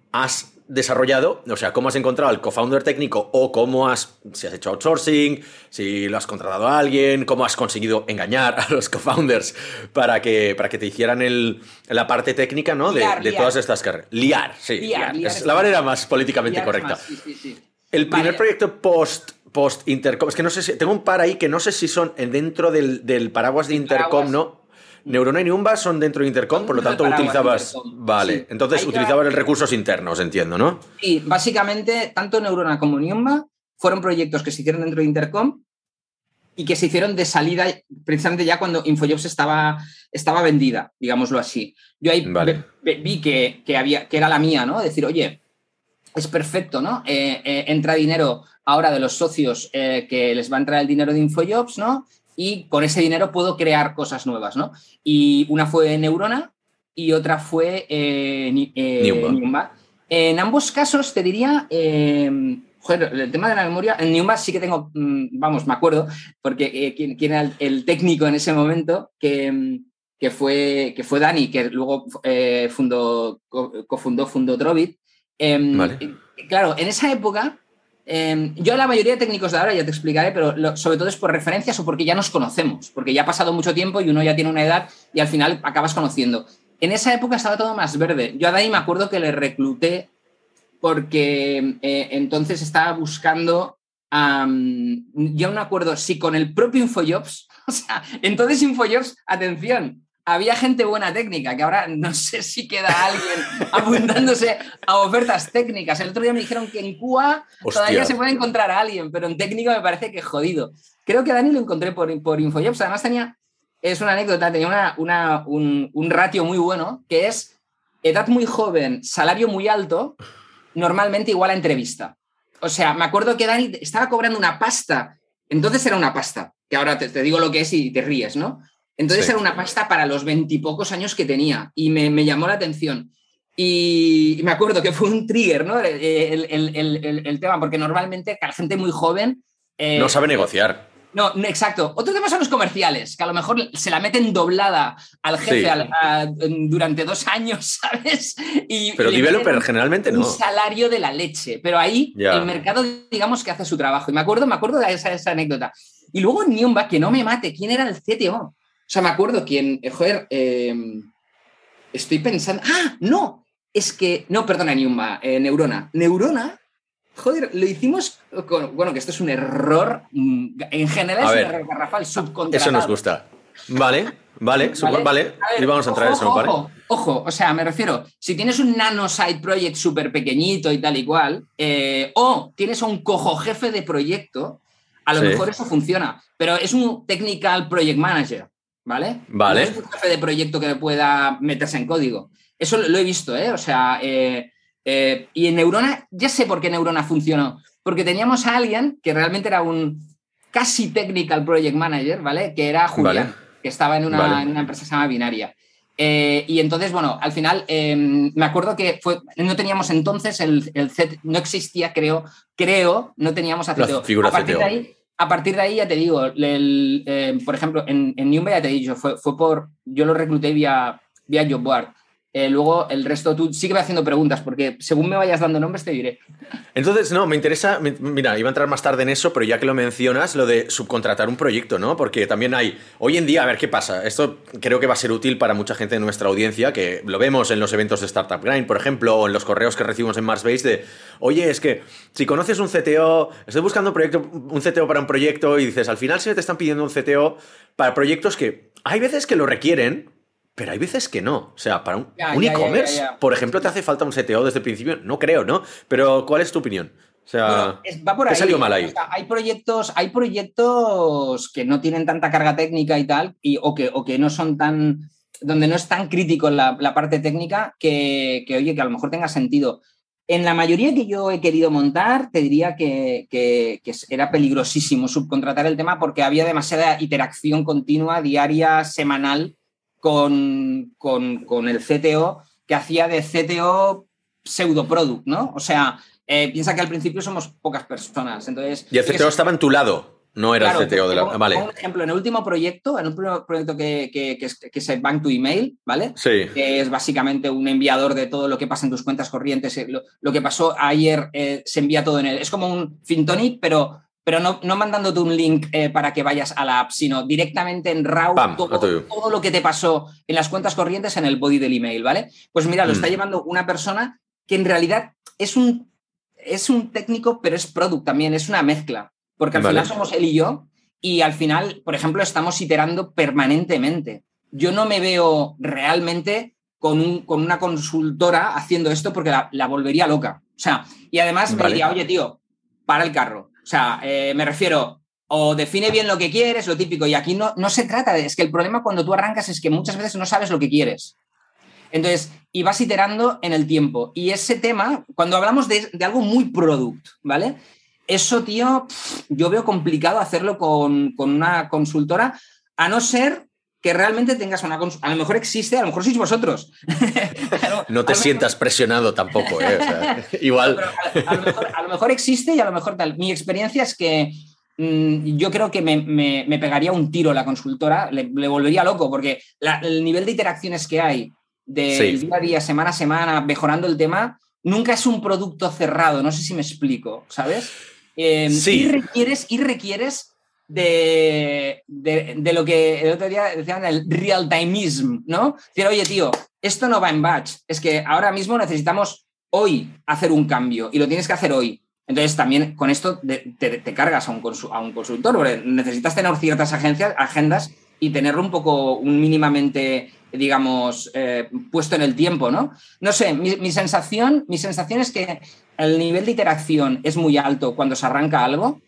has desarrollado, o sea, cómo has encontrado al co-founder técnico o cómo has, si has hecho outsourcing, si lo has contratado a alguien, cómo has conseguido engañar a los co-founders para que, para que te hicieran el, la parte técnica, ¿no? De, Liar, de liar. todas estas carreras. Liar, sí. Liar, liar. liar es es la más. manera más políticamente Liar es correcta. más, sí, sí, sí. El primer Vale. proyecto post, post Intercom, es que no sé si, tengo un par ahí que no sé si son dentro del, del paraguas de El Intercom, paraguas. ¿no? Neurona y Niumba son dentro de Intercom, Son por lo dentro tanto del paraguas utilizabas... de Intercom, Vale, sí. entonces Ahí ya- utilizabas los recursos internos, entiendo, ¿no? Sí, básicamente, tanto Neurona como Niumba fueron proyectos que se hicieron dentro de Intercom y que se hicieron de salida precisamente ya cuando InfoJobs estaba, estaba vendida, digámoslo así. Yo ahí Vale. ve- ve- vi que, que, había, que era la mía, ¿no? Decir, oye, es perfecto, ¿no? Eh, eh, entra dinero ahora de los socios eh, que les va a entrar el dinero de InfoJobs, ¿no? Y con ese dinero puedo crear cosas nuevas, ¿no? Y una fue Neurona y otra fue eh, Ni- eh, Niumba. Niumba. En ambos casos te diría, eh, joder, el tema de la memoria, en Niumba sí que tengo, mm, vamos, me acuerdo, porque eh, quién, quién era el, el técnico en ese momento que, mm, que, fue, que fue Dani, que luego eh, fundó, co- cofundó fundó Drovit. Eh, Vale. Claro, en esa época, eh, yo la mayoría de técnicos de ahora ya te explicaré, pero lo- sobre todo es por referencias o porque ya nos conocemos, porque ya ha pasado mucho tiempo y uno ya tiene una edad y al final acabas conociendo. En esa época estaba todo más verde. Yo a Dani me acuerdo que le recluté porque eh, entonces estaba buscando, um, yo no me acuerdo si con el propio InfoJobs, o sea, entonces InfoJobs, atención, había gente buena técnica, que ahora no sé si queda alguien apuntándose a ofertas técnicas. El otro día me dijeron que en Q A Hostia. todavía se puede encontrar a alguien, pero en técnico me parece que jodido. Creo que a Dani lo encontré por, por InfoJobs, además tenía, es una anécdota, tenía una, una, un, un ratio muy bueno, que es edad muy joven, salario muy alto, normalmente igual a entrevista. O sea, me acuerdo que Dani estaba cobrando una pasta, entonces era una pasta, que ahora te, te digo lo que es y te ríes, ¿no? Entonces Sí. era una pasta para los veintipocos años que tenía y me, me llamó la atención. Y, y me acuerdo que fue un trigger, ¿no? El, el, el, el, el tema, porque normalmente la gente muy joven... Eh, No sabe negociar. No, no, exacto. Otro tema son los comerciales, que a lo mejor se la meten doblada al jefe Sí. al, a, durante dos años, ¿sabes? Y, Pero y le developer meten generalmente un no. salario de la leche. Pero ahí Ya. el mercado, digamos, que hace su trabajo. Y me acuerdo, me acuerdo de esa, esa anécdota. Y luego en Niumba, que no me mate, ¿quién era el C T O? O sea, me acuerdo quién, eh, joder, eh, estoy pensando... ¡Ah! No, es que... No, perdona, Niumba, eh, Neurona. Neurona... Joder, lo hicimos con... Bueno, que esto es un error... En general A es ver, un error garrafal, subcontratado. Eso nos gusta. Vale, vale, ¿Vale? vale. A ver, Y vamos a entrar ojo, en eso, ojo, ¿vale? ojo, ojo, o sea, me refiero, si tienes un nano side project súper pequeñito y tal y cual, eh, o tienes a un cojo jefe de proyecto, a lo Sí. mejor eso funciona, pero es un technical project manager, ¿vale? Vale. No es un jefe de proyecto que pueda meterse en código. Eso lo, lo he visto, ¿eh? O sea, eh, eh, y en Neurona, ya sé por qué Neurona funcionó, porque teníamos a alguien que realmente era un casi technical project manager, ¿vale? Que era Julián. Vale. Que estaba en una, Vale. en una empresa que se llama Binaria. Eh, y entonces, bueno, al final eh, me acuerdo que fue, no teníamos entonces el, el C T O, no existía, creo, creo, no teníamos a C T O. La figura a partir C T O. de ahí, a partir de ahí ya te digo, el, eh, por ejemplo, en, en Niumba ya te he dicho, fue, fue por, yo lo recluté vía, vía JobBoard. Eh, luego el resto tú sígueme haciendo preguntas porque según me vayas dando nombres te diré. Entonces, no, me interesa, me- mira, iba a entrar más tarde en eso, pero ya que lo mencionas, lo de subcontratar un proyecto, ¿no? Porque también hay, hoy en día, a ver qué pasa, esto creo que va a ser útil para mucha gente de nuestra audiencia, que lo vemos en los eventos de Startup Grind, por ejemplo, o en los correos que recibimos en Marsbase de, oye, es que si conoces un C T O, estoy buscando un, proyecto, un C T O para un proyecto y dices, al final se te están pidiendo un C T O para proyectos que hay veces que lo requieren, pero hay veces que no. O sea, para un, Ya, un ya, ya, e-commerce, ya, ya. por ejemplo, ¿te hace falta un C T O desde el principio? No creo, ¿no? Pero, ¿cuál es tu opinión? O sea, Bueno, es- va por ¿qué ahí. salió mal ahí? O sea, hay proyectos, hay proyectos que no tienen tanta carga técnica y tal, y, o, que, o que no son tan, donde no es tan crítico la, la parte técnica, que, que, oye, que a lo mejor tenga sentido. En la mayoría que yo he querido montar, te diría que, que, que era peligrosísimo subcontratar el tema porque había demasiada interacción continua, diaria, semanal, con, con, con el C T O, que hacía de C T O pseudoproduct, ¿no? O sea, eh, piensa que al principio somos pocas personas, entonces... Y el C T O estaba en tu lado. No era claro, el C T O de la... Por Vale. ejemplo, en el último proyecto, en el último proyecto que, que, que, es, que es el Bank to Email, ¿vale? Sí. Que es básicamente un enviador de todo lo que pasa en tus cuentas corrientes. Lo, lo que pasó ayer eh, se envía todo en él. Es como un Fintonic, pero, pero no, no mandándote un link eh, para que vayas a la app, sino directamente en RAW Pam, todo, todo lo que te pasó en las cuentas corrientes en el body del email, ¿vale? Pues mira, lo mm. está llevando una persona que en realidad es un, es un técnico, pero es product también, es una mezcla. Porque al vale. final somos él y yo, y al final, por ejemplo, estamos iterando permanentemente. Yo no me veo realmente con, un, con una consultora haciendo esto porque la, la volvería loca. O sea, y además vale. me diría, oye, tío, para el carro. O sea, eh, me refiero, o define bien lo que quieres, lo típico, y aquí no, no se trata de... Es que el problema cuando tú arrancas es que muchas veces no sabes lo que quieres. Entonces, y vas iterando en el tiempo. Y ese tema, cuando hablamos de, de algo muy product, ¿vale? Eso, tío, yo veo complicado hacerlo con, con una consultora, a no ser que realmente tengas una consultora. A lo mejor existe, a lo mejor sois vosotros. Claro, no te sientas mejor... presionado tampoco, ¿eh? O sea, igual. Pero a, a, lo mejor, a lo mejor existe y a lo mejor tal. Mi experiencia es que mmm, yo creo que me, me, me pegaría un tiro la consultora, le, le volvería loco, porque la, el nivel de interacciones que hay de sí. día a día, semana a semana, mejorando el tema, nunca es un producto cerrado. No sé si me explico, ¿sabes? Eh, sí. y requieres, y requieres de, de, de lo que el otro día decían el real-timeism, ¿no? Decir, oye, tío, esto no va en batch. Es que ahora mismo necesitamos hoy hacer un cambio y lo tienes que hacer hoy. Entonces, también con esto te, te, te cargas a un, consu, a un consultor, porque necesitas tener ciertas agencias, agendas y tenerlo un poco, un mínimamente, digamos, eh, puesto en el tiempo, ¿no? No sé, mi, mi, sensación, mi sensación es que el nivel de interacción es muy alto cuando se arranca algo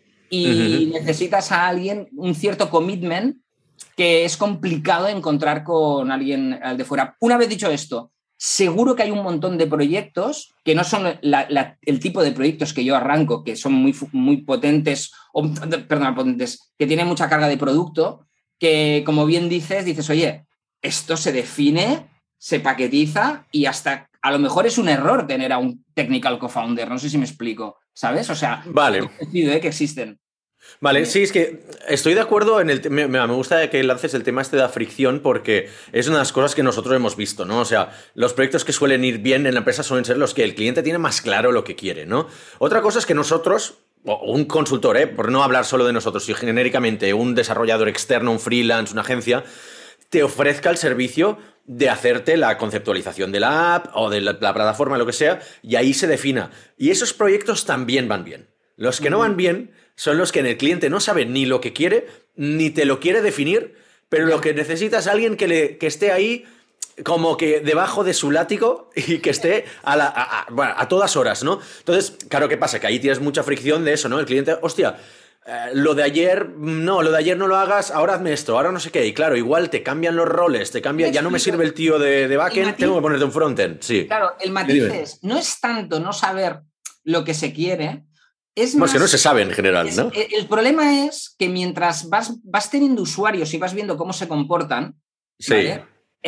y uh-huh. necesitas a alguien, un cierto commitment que es complicado encontrar con alguien de fuera. Una vez dicho esto, seguro que hay un montón de proyectos que no son la, la, el tipo de proyectos que yo arranco, que son muy, muy potentes, o, perdón, potentes, que tienen mucha carga de producto, que como bien dices, dices, oye, esto se define, se paquetiza y hasta a lo mejor es un error tener a un technical co-founder, no sé si me explico, ¿sabes? O sea, vale. Decido, ¿eh? que existen. Vale, sí, es que estoy de acuerdo en el... Me, me gusta que lances el tema este de la fricción porque es una de las cosas que nosotros hemos visto, ¿no? O sea, los proyectos que suelen ir bien en la empresa suelen ser los que el cliente tiene más claro lo que quiere, ¿no? Otra cosa es que nosotros, o un consultor, ¿eh? Por no hablar solo de nosotros, sino genéricamente un desarrollador externo, un freelance, una agencia, te ofrezca el servicio de hacerte la conceptualización de la app o de la, la plataforma, lo que sea, y ahí se defina. Y esos proyectos también van bien. Los que no van bien son los que en el cliente no sabe ni lo que quiere, ni te lo quiere definir, pero lo que necesita es alguien que, le, que esté ahí como que debajo de su látigo y que esté a, la, a, a, bueno, a todas horas, ¿no? Entonces, claro, ¿qué pasa? Que ahí tienes mucha fricción de eso, ¿no? El cliente, hostia, eh, lo de ayer, no, lo de ayer no lo hagas, ahora hazme esto, ahora no sé qué. Y claro, igual te cambian los roles, te cambia, ya no me sirve el tío de, de backend, tengo que ponerte un frontend, sí. Claro, el matiz es, no es tanto no saber lo que se quiere. Es más, no, que no se sabe en general, es, ¿no? El problema es que mientras vas, vas teniendo usuarios y vas viendo cómo se comportan, sí. ¿vale?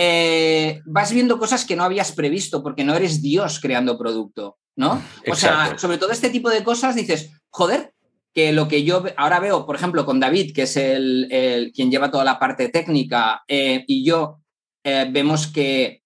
eh, vas viendo cosas que no habías previsto porque no eres Dios creando producto, ¿no? Exacto. O sea, sobre todo este tipo de cosas dices, joder, que lo que yo ahora veo, por ejemplo, con David, que es el, el quien lleva toda la parte técnica, eh, y yo eh, vemos que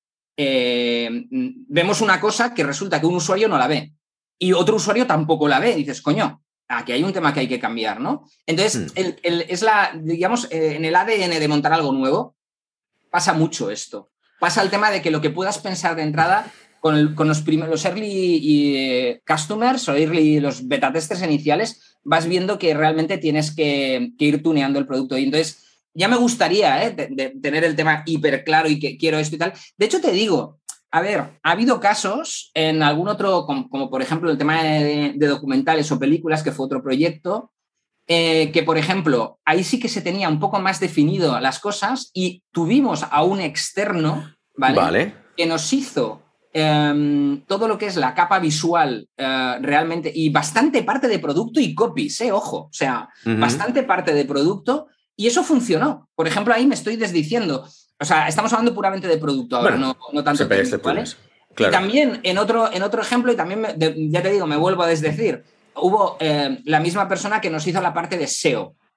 eh, vemos una cosa que resulta que un usuario no la ve. Y otro usuario tampoco la ve. Y dices, coño, aquí hay un tema que hay que cambiar, ¿no? Entonces, mm. el, el, es la, digamos, eh, en el A D N de montar algo nuevo, pasa mucho esto. Pasa el tema de que lo que puedas pensar de entrada con, el, con los, primeros, los early y, eh, customers o early, los beta testers iniciales, vas viendo que realmente tienes que, que ir tuneando el producto. Y entonces, ya me gustaría ¿eh? de, de tener el tema hiper claro y que quiero esto y tal. De hecho, te digo, a ver, ha habido casos en algún otro, como, como por ejemplo el tema de, de documentales o películas, que fue otro proyecto, eh, que por ejemplo, ahí sí que se tenía un poco más definido las cosas y tuvimos a un externo, ¿vale? Vale. Que nos hizo eh, todo lo que es la capa visual eh, realmente y bastante parte de producto y copies, eh, ojo, o sea, uh-huh. bastante parte de producto y eso funcionó. Por ejemplo, ahí me estoy desdiciendo. O sea, estamos hablando puramente de producto ahora, bueno, no, no tanto técnico, ¿vale? Claro. Y también en otro, en otro ejemplo, y también, me, de, ya te digo, me vuelvo a desdecir, hubo eh, la misma persona que nos hizo la parte de S E O,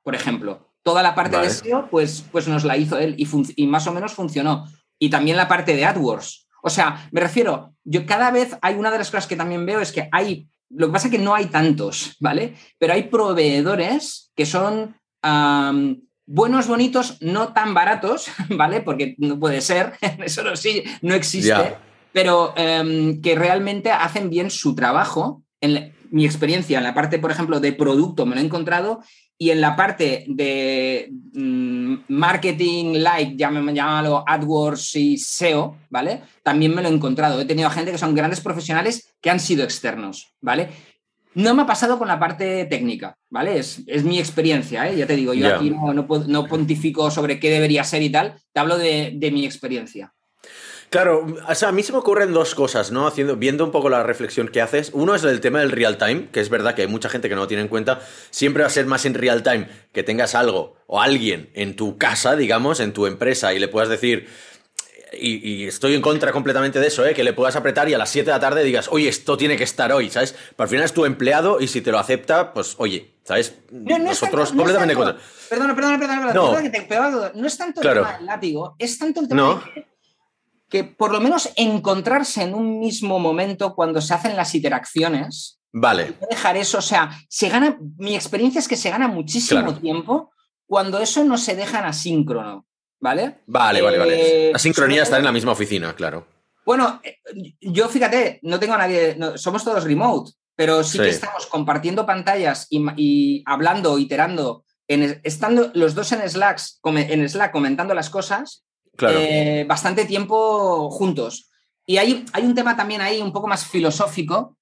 por ejemplo. Toda la parte vale. de S E O, pues, pues nos la hizo él y, y más o menos funcionó. Y también la parte de AdWords. O sea, me refiero, yo cada vez hay una de las cosas que también veo es que hay, lo que pasa es que no hay tantos, ¿vale? Pero hay proveedores que son um, buenos, bonitos, no tan baratos, ¿vale? Porque no puede ser, eso no, sí, no existe, yeah. pero um, que realmente hacen bien su trabajo. En la, mi experiencia en la parte, por ejemplo, de producto me lo he encontrado. Y en la parte de mmm, marketing, like, llámalo AdWords y S E O, ¿vale? También me lo he encontrado. He tenido gente que son grandes profesionales que han sido externos, ¿vale? No me ha pasado con la parte técnica, ¿vale? Es, es mi experiencia, ¿eh? Ya te digo, yo yeah. aquí no, no, no pontifico sobre qué debería ser y tal, te hablo de, de mi experiencia. Claro, o sea, a mí se me ocurren dos cosas, ¿no? Haciendo, viendo un poco la reflexión que haces. Uno es el tema del real time, que es verdad que hay mucha gente que no lo tiene en cuenta. Siempre va a ser más en real time que tengas algo o alguien en tu casa, digamos, en tu empresa, y le puedas decir, y, y estoy en contra completamente de eso, ¿eh? Que le puedas apretar y a las siete de la tarde digas, oye, esto tiene que estar hoy, ¿sabes? Pero al final es tu empleado y si te lo acepta, pues oye, ¿sabes? No, no Nosotros tanto, completamente no en contra. Perdona, perdona, perdona, perdona, no. perdona que te pegado. No es tanto el claro. tema del látigo, es tanto el tema no. de que que por lo menos encontrarse en un mismo momento cuando se hacen las interacciones. Vale. Dejar eso, o sea, se gana, mi experiencia es que se gana muchísimo claro. tiempo cuando eso no se deja en asíncrono, ¿vale? Vale, eh, vale, vale. La sincronía está en la misma oficina, claro. Bueno, yo fíjate, no tengo a nadie, no, somos todos remote, pero sí, sí que estamos compartiendo pantallas y, y hablando, iterando, en, estando los dos en Slack, en Slack comentando las cosas. Claro. Eh, bastante tiempo juntos. Y hay, hay un tema también ahí un poco más filosófico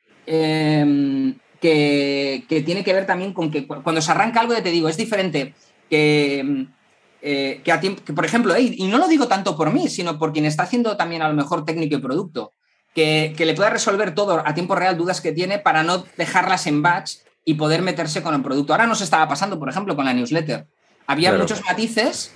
eh, que, que tiene que ver también con que cuando se arranca algo, ya te digo, es diferente que, eh, que, a tiempo, que por ejemplo, eh, y no lo digo tanto por mí, sino por quien está haciendo también a lo mejor técnico y producto, que, que le pueda resolver todo a tiempo real, dudas que tiene, para no dejarlas en batch y poder meterse con el producto. Ahora nos estaba pasando, por ejemplo, con la newsletter. Había claro. muchos matices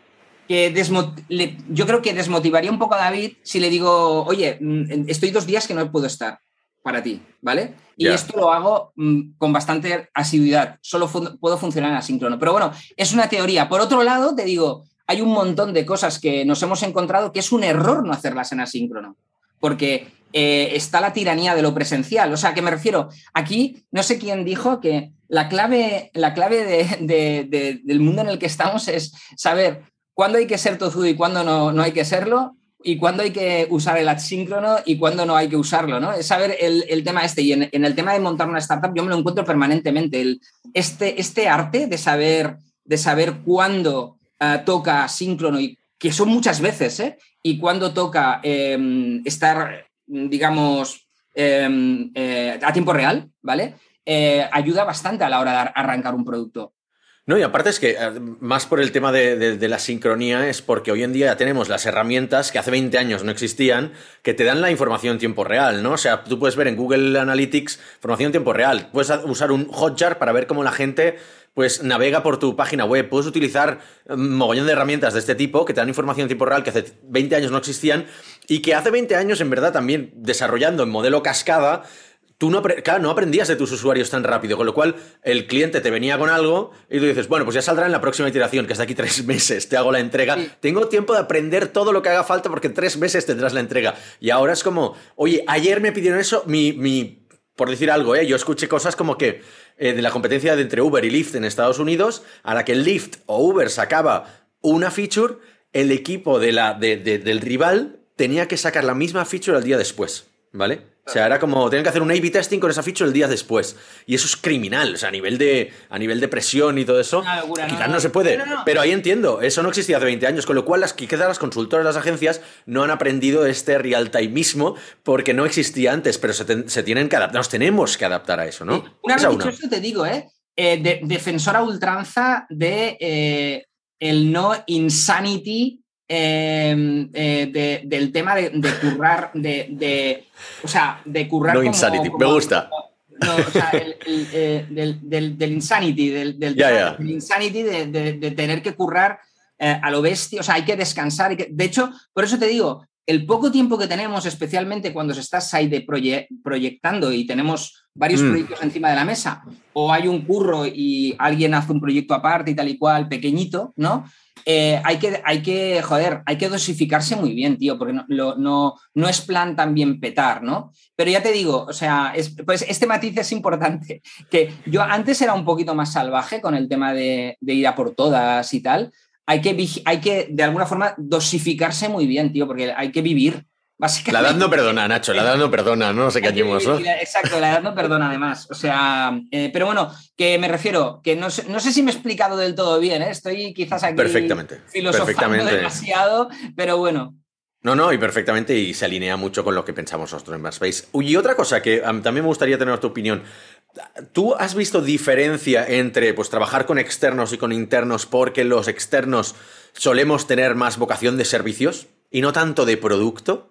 que le, yo creo que desmotivaría un poco a David si le digo, oye, estoy dos días que no puedo estar para ti, ¿vale? Y yeah. esto lo hago mmm, con bastante asiduidad, solo fun- puedo funcionar en asíncrono. Pero bueno, es una teoría. Por otro lado, te digo, hay un montón de cosas que nos hemos encontrado que es un error no hacerlas en asíncrono, porque eh, está la tiranía de lo presencial. O sea, que me refiero, aquí no sé quién dijo que la clave, la clave de, de, de, del mundo en el que estamos es saber cuándo hay que ser tozudo y cuándo no, no hay que serlo, y cuándo hay que usar el asíncrono y cuándo no hay que usarlo, ¿no? Es saber el, el tema este. Y en, en el tema de montar una startup yo me lo encuentro permanentemente. El, este, este arte de saber, de saber cuándo uh, toca asíncrono, y que son muchas veces, ¿eh? Y cuándo toca eh, estar, digamos, eh, eh, a tiempo real, ¿vale? Eh, ayuda bastante a la hora de arrancar un producto. No, y aparte es que, más por el tema de, de, de la sincronía, es porque hoy en día ya tenemos las herramientas que hace veinte años no existían, que te dan la información en tiempo real, ¿no? O sea, tú puedes ver en Google Analytics información en tiempo real. Puedes usar un Hotjar para ver cómo la gente pues navega por tu página web. Puedes utilizar un mogollón de herramientas de este tipo que te dan información en tiempo real que hace veinte años no existían y que hace veinte años, en verdad, también desarrollando en modelo cascada, tú no, claro, no aprendías de tus usuarios tan rápido, con lo cual el cliente te venía con algo y tú dices, bueno, pues ya saldrá en la próxima iteración, que es de aquí tres meses, te hago la entrega. Sí. Tengo tiempo de aprender todo lo que haga falta porque en tres meses tendrás la entrega. Y ahora es como, oye, ayer me pidieron eso, mi, mi por decir algo, ¿eh? Yo escuché cosas como que eh, de la competencia de entre Uber y Lyft en Estados Unidos, a la que Lyft o Uber sacaba una feature, el equipo de la, de, de, del rival tenía que sacar la misma feature al día después, ¿vale? O sea, era como, tenían que hacer un A B testing con esa feature el día después. Y eso es criminal, o sea, a nivel de, a nivel de presión y todo eso, locura, quizás no, no, no se puede. No, no, no. Pero ahí entiendo, eso no existía hace veinte años, con lo cual las, quizás las consultoras, las agencias, no han aprendido este real-timeismo porque no existía antes, pero se, ten, se tienen que adaptar, nos tenemos que adaptar a eso, ¿no? Sí. Una vez dicho esto te digo, ¿eh? eh de, defensor a ultranza de eh, el no insanity. Eh, eh, de, del tema de, de currar, de, de, o sea, de currar no como, insanity, como, me gusta. No, o sea, el, el, eh, del, del, del insanity, del, del, yeah, yeah. del insanity de, de, de tener que currar eh, a lo bestia, o sea, hay que descansar. Hay que, de hecho, por eso te digo, el poco tiempo que tenemos, especialmente cuando se está side proye- proyectando y tenemos varios mm. proyectos encima de la mesa, o hay un curro y alguien hace un proyecto aparte y tal y cual, pequeñito, ¿no? Eh, hay que, hay que, joder, hay que dosificarse muy bien, tío, porque no, lo, no, no es plan también petar, ¿no? Pero ya te digo, o sea, es, pues este matiz es importante, que yo antes era un poquito más salvaje con el tema de, de ir a por todas y tal. Hay que, hay que, de alguna forma, dosificarse muy bien, tío, porque hay que vivir, básicamente. La edad no perdona, Nacho, la edad no perdona, no nos engañemos, ¿no? Exacto, la edad no perdona, además. O sea, eh, pero bueno, que me refiero, que no sé, no sé si me he explicado del todo bien, ¿eh? Estoy quizás aquí perfectamente, filosofando perfectamente. demasiado, pero bueno. No, no, y perfectamente, y se alinea mucho con lo que pensamos nosotros en Marspace. Y otra cosa que um, también me gustaría tener tu opinión. ¿Tú has visto diferencia entre pues, trabajar con externos y con internos porque los externos solemos tener más vocación de servicios y no tanto de producto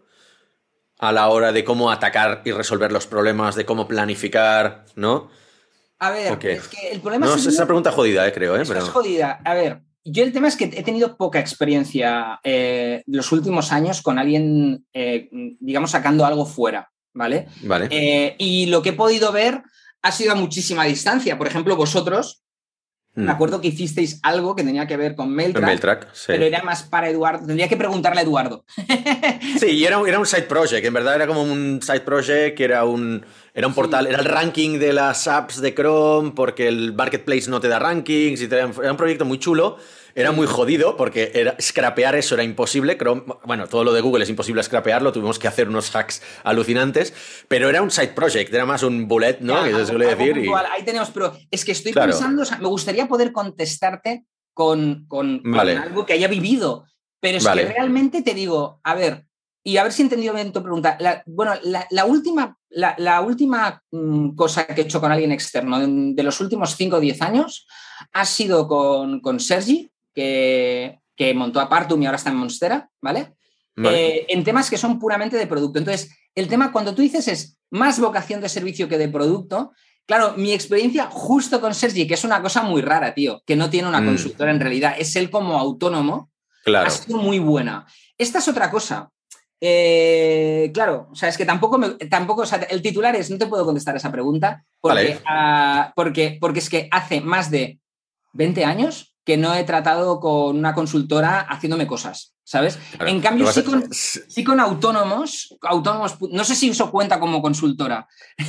a la hora de cómo atacar y resolver los problemas, de cómo planificar, ¿no? A ver, okay. es que el problema no, es... Es una pregunta jodida, eh, creo. Eh, pero... Es jodida. A ver, yo el tema es que he tenido poca experiencia eh, los últimos años con alguien, eh, digamos, sacando algo fuera, ¿vale? Vale. Eh, y lo que he podido ver ha sido a muchísima distancia. Por ejemplo, vosotros, mm. me acuerdo que hicisteis algo que tenía que ver con Mailtrack, Mailtrack sí. pero era más para Eduardo. Tendría que preguntarle a Eduardo. Sí, y era, era un side project. En verdad era como un side project, que era un, era un portal, sí. Era el ranking de las apps de Chrome, porque el Marketplace no te da rankings. Y te, era un proyecto muy chulo. Era muy jodido porque era, scrapear eso era imposible. Chrome, bueno, todo lo de Google es imposible scrapearlo. Tuvimos que hacer unos hacks alucinantes. Pero era un side project, era más un bullet, ¿no? Ya, que se suele decir. Y... Ahí tenemos, pero es que estoy claro. pensando, o sea, me gustaría poder contestarte con, con, vale. con algo que haya vivido. Pero es vale. que realmente te digo, a ver, y a ver si he entendido bien tu pregunta. La, bueno, la, la última, la, la última mmm, cosa que he hecho con alguien externo de, de los últimos cinco o diez años ha sido con, con Sergi, Que, que montó Apartum y ahora está en Monstera, ¿vale? vale. Eh, en temas que son puramente de producto. Entonces, el tema, cuando tú dices es más vocación de servicio que de producto, claro, mi experiencia justo con Sergi, que es una cosa muy rara, tío, que no tiene una mm. consultora en realidad, es él como autónomo, claro. ha sido muy buena. Esta es otra cosa. Eh, claro, o sea, es que tampoco, me, tampoco o sea, el titular es, no te puedo contestar esa pregunta, porque, vale. uh, porque, porque es que hace más de veinte años que no he tratado con una consultora haciéndome cosas, ¿sabes? Claro, en cambio, sí con, sí con autónomos, autónomos, no sé si eso cuenta como consultora.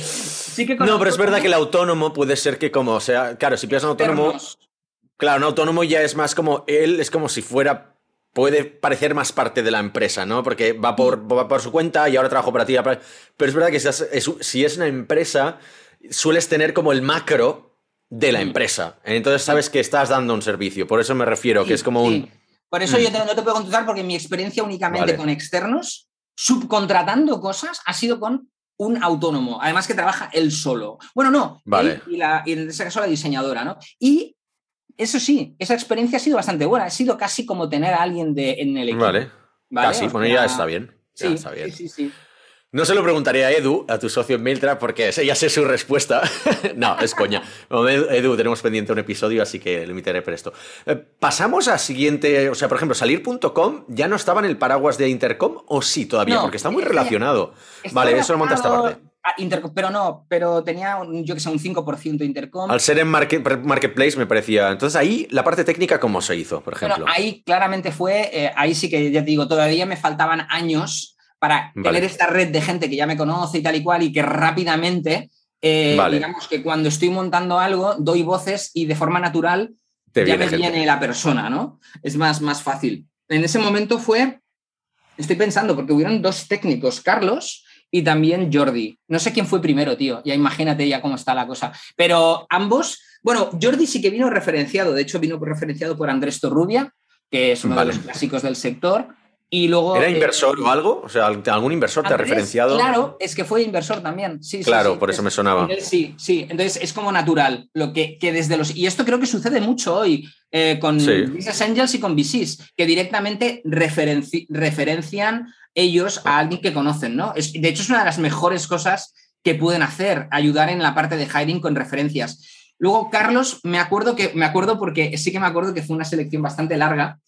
Sí que con no, pero es verdad que el autónomo puede ser que como, o sea, claro, si piensas en autónomo, externos. Claro, un autónomo ya es más como, él es como si fuera, puede parecer más parte de la empresa, ¿no? Porque va por, sí. va por su cuenta y ahora trabajo para ti. Pero es verdad que si es, es, si es una empresa, sueles tener como el macro de la empresa. Entonces sabes que estás dando un servicio. Por eso me refiero, sí, que es como sí. un... Por eso mm. yo te, no te puedo contestar, porque mi experiencia únicamente vale. con externos, subcontratando cosas, ha sido con un autónomo. Además que trabaja él solo. Bueno, no. Vale. Él y, la, y en ese caso la diseñadora, ¿no? Y eso sí, esa experiencia ha sido bastante buena. Ha sido casi como tener a alguien de, en el equipo. Vale. ¿Vale? Casi. O sea, bueno, ya está bien. Ya sí, está bien. sí, sí, sí. No se lo preguntaré a Edu, a tu socio en Mailtrack, porque ya sé su respuesta. No, es coña. Edu, tenemos pendiente un episodio, así que lo invitaré por esto. Eh, pasamos a siguiente... O sea, por ejemplo, salir punto com ya no estaba en el paraguas de Intercom, ¿o sí todavía? No, porque está muy relacionado. Vale, eso lo monta esta parte. Intercom, pero no, pero tenía, yo que sé, un cinco por ciento Intercom. Al ser en market, Marketplace me parecía... Entonces ahí, la parte técnica, ¿cómo se hizo, por ejemplo? Bueno, ahí claramente fue... Eh, ahí sí que, ya te digo, todavía me faltaban años para vale. tener esta red de gente que ya me conoce y tal y cual, y que rápidamente, eh, vale. digamos que cuando estoy montando algo, doy voces y de forma natural Te ya viene me gente. viene la persona, ¿no? Es más, más fácil. En ese momento fue, estoy pensando, porque hubieron dos técnicos, Carlos y también Jordi. No sé quién fue primero, tío, ya imagínate ya cómo está la cosa. Pero ambos, bueno, Jordi sí que vino referenciado, de hecho vino referenciado por Andrés Torrubia, que es uno vale. de los clásicos del sector. Y luego, ¿Era inversor eh, o algo? O sea, ¿algún inversor Andrés, te ha referenciado? Claro, es que fue inversor también. Sí, claro, sí, sí, por es, eso me sonaba. Sí, sí. Entonces es como natural. Lo que, que desde los. Y esto creo que sucede mucho hoy eh, con sí. Business Angels y con V Cs, que directamente referenci, referencian ellos a alguien que conocen, ¿no? Es, de hecho, es una de las mejores cosas que pueden hacer, ayudar en la parte de hiring con referencias. Luego, Carlos, me acuerdo que me acuerdo porque sí que me acuerdo que fue una selección bastante larga.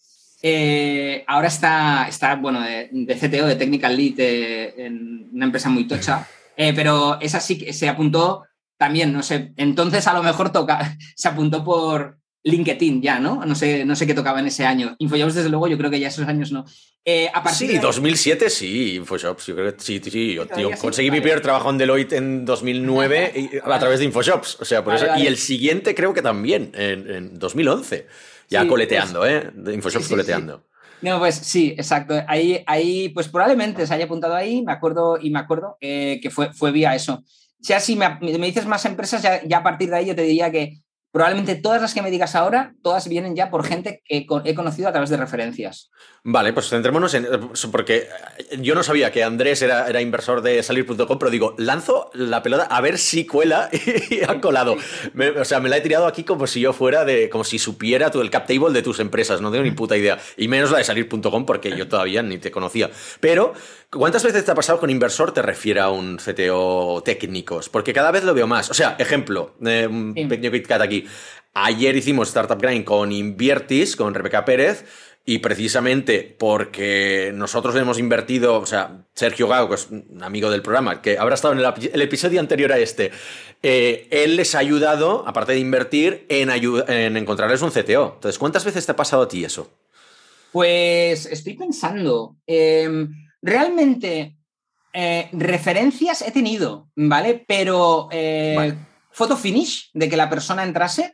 Eh, ahora está, está bueno, de, de C T O, de Technical Lead, eh, en una empresa muy tocha, eh, pero esa sí que se apuntó también, no sé, entonces a lo mejor toca, se apuntó por LinkedIn ya, ¿no? No sé, no sé qué tocaba en ese año. InfoJobs, desde luego, yo creo que ya esos años no. Eh, a sí, de... dos mil siete sí, InfoJobs, yo creo que sí, sí. Yo, tío, sí, conseguí vale. mi primer trabajo en Deloitte en dos mil nueve y, a través de InfoJobs, o sea, por vale, eso. Vale. Y el siguiente creo que también, en, en dos mil once, ya sí, coleteando, pues, ¿eh? De InfoJobs sí, sí, coleteando. Sí. No, pues sí, exacto. Ahí, ahí, pues probablemente se haya apuntado ahí, me acuerdo, y me acuerdo eh, que fue, fue vía eso. Si así me, me dices más empresas, ya, ya a partir de ahí yo te diría que probablemente todas las que me digas ahora, todas vienen ya por gente que he conocido a través de referencias. Vale, pues centrémonos en... Porque yo no sabía que Andrés era, era inversor de salir punto com, pero digo, lanzo la pelota a ver si cuela y ha colado. Me, o sea, me la he tirado aquí como si yo fuera de... Como si supiera todo el cap table de tus empresas. No tengo ni puta idea. Y menos la de salir punto com porque yo todavía ni te conocía. Pero, ¿cuántas veces te ha pasado con inversor te refiere a un C T O técnicos? Porque cada vez lo veo más. O sea, ejemplo, eh, un sí. pequeño KitKat aquí. Ayer hicimos Startup Grind con Inviertis, con Rebeca Pérez, y precisamente porque nosotros hemos invertido, o sea, Sergio Gago, que es un amigo del programa, que habrá estado en el, el episodio anterior a este, eh, él les ha ayudado, aparte de invertir, en, en encontrarles un C T O. Entonces, ¿cuántas veces te ha pasado a ti eso? Pues estoy pensando, eh, realmente eh, referencias he tenido, ¿vale? Pero eh, vale. Photo finish de que la persona entrase...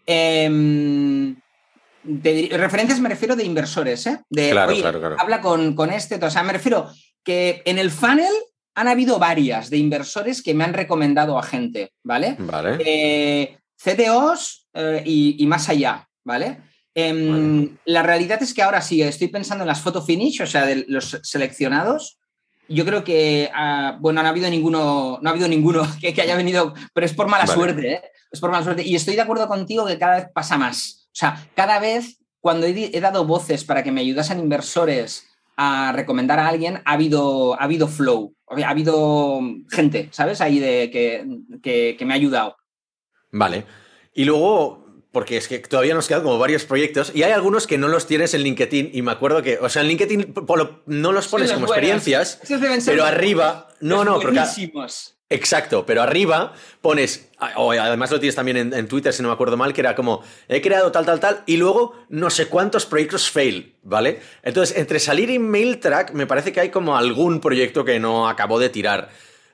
Eh, de, referencias me refiero de inversores, ¿eh? De, claro, oye, claro, claro. habla con, con este, o sea, me refiero que en el funnel han habido varias de inversores que me han recomendado a gente, ¿vale? Vale. Eh, C T Os eh, y, y más allá, ¿vale? Eh, vale. La realidad es que ahora sí, estoy pensando en las photo finish, o sea, de los seleccionados. Yo creo que, uh, bueno, no ha habido ninguno, no ha habido ninguno que, que haya venido, pero es por mala vale. suerte, ¿eh? Es por mala suerte. Y estoy de acuerdo contigo que cada vez pasa más. O sea, cada vez cuando he, he dado voces para que me ayudasen inversores a recomendar a alguien, ha habido, ha habido flow, ha habido gente, ¿sabes? Ahí de que, que, que me ha ayudado. Vale. Y luego... Porque es que todavía nos quedan como varios proyectos y hay algunos que no los tienes en LinkedIn y me acuerdo que, o sea, en LinkedIn no los pones sí, como buenos. Experiencias, pero arriba, no, no, porque, exacto, pero arriba pones, o además lo tienes también en, en Twitter, si no me acuerdo mal, que era como, he creado tal, tal, tal, y luego no sé cuántos proyectos fail, ¿vale? Entonces, entre salir y MailTrack, me parece que hay como algún proyecto que no acabó de tirar.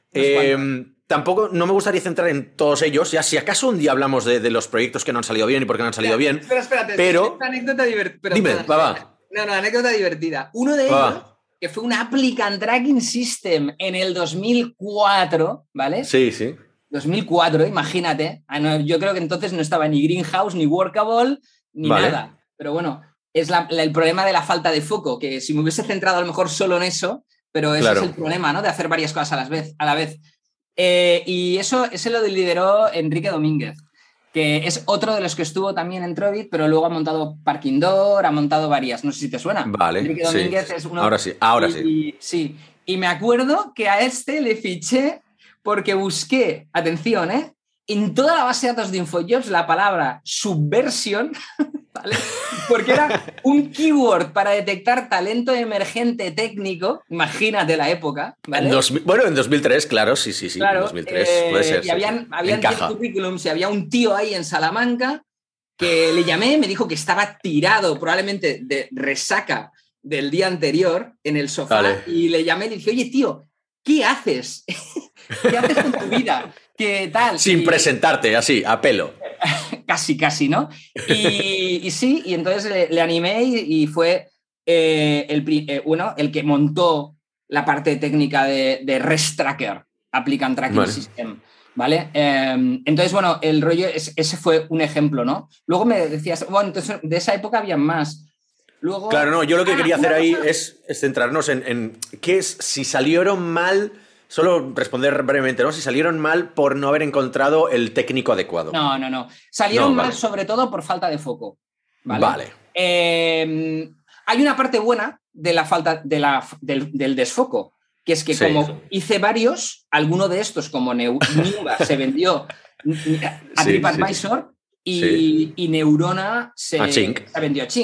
Eh, Tampoco, no me gustaría centrar en todos ellos, ya si acaso un día hablamos de, de los proyectos que no han salido bien y por qué no han salido espera, bien. Espera, espérate, pero... una anécdota divertida. Dime, va, va. No, no, anécdota divertida. Uno de va, ellos, va. que fue un Applicant Tracking System en el dos mil cuatro, ¿vale? Sí, sí. dos mil cuatro, imagínate. Yo creo que entonces no estaba ni Greenhouse, ni Workable, ni vale. nada. Pero bueno, es la, la, el problema de la falta de foco, que si me hubiese centrado a lo mejor solo en eso, pero ese claro. es el problema, ¿no? De hacer varias cosas a la vez. A la vez. Eh, y eso ese lo lideró Enrique Domínguez, que es otro de los que estuvo también en Trovit, pero luego ha montado Parking Door, ha montado varias, no sé si te suena. Vale, Enrique Domínguez sí. es uno... Ahora sí, ahora y, sí. Y, sí. Y me acuerdo que a este le fiché porque busqué, atención, ¿eh? en toda la base de datos de InfoJobs la palabra subversión, ¿vale? Porque era un keyword para detectar talento emergente técnico, imagínate la época, ¿vale? En dos, bueno, en dos mil tres, claro, sí, sí, sí, claro, en dos mil tres eh, puede ser. Y habían, sí, habían diez currículums y había un tío ahí en Salamanca que le llamé, me dijo que estaba tirado, probablemente de resaca del día anterior en el sofá, vale. y le llamé y le dije, oye, tío, ¿qué haces? ¿Qué haces con tu vida? ¿Qué tal? Sin y, presentarte, así, a pelo. Casi, casi, ¿no? Y, y sí, y entonces le, le animé y, y fue eh, el, eh, uno, el que montó la parte técnica de, de REST Tracker, Applicant Tracking vale. System, ¿vale? Eh, entonces, bueno, el rollo, es, ese fue un ejemplo, ¿no? Luego me decías, bueno, entonces de esa época había más. Luego, claro, no, yo lo que ah, quería hacer ahí cosa... es, es centrarnos en, en qué es, si salieron mal... Solo responder brevemente, ¿no? Si salieron mal por no haber encontrado el técnico adecuado. No, no, no. Salieron no, mal vale. sobre todo por falta de foco. Vale. vale. Eh, hay una parte buena de la falta de la, del, del desfoco, que es que sí. como hice varios, alguno de estos, como Neuva, se vendió a sí, TripAdvisor sí. y, sí. y Neurona se, a se vendió a Ching.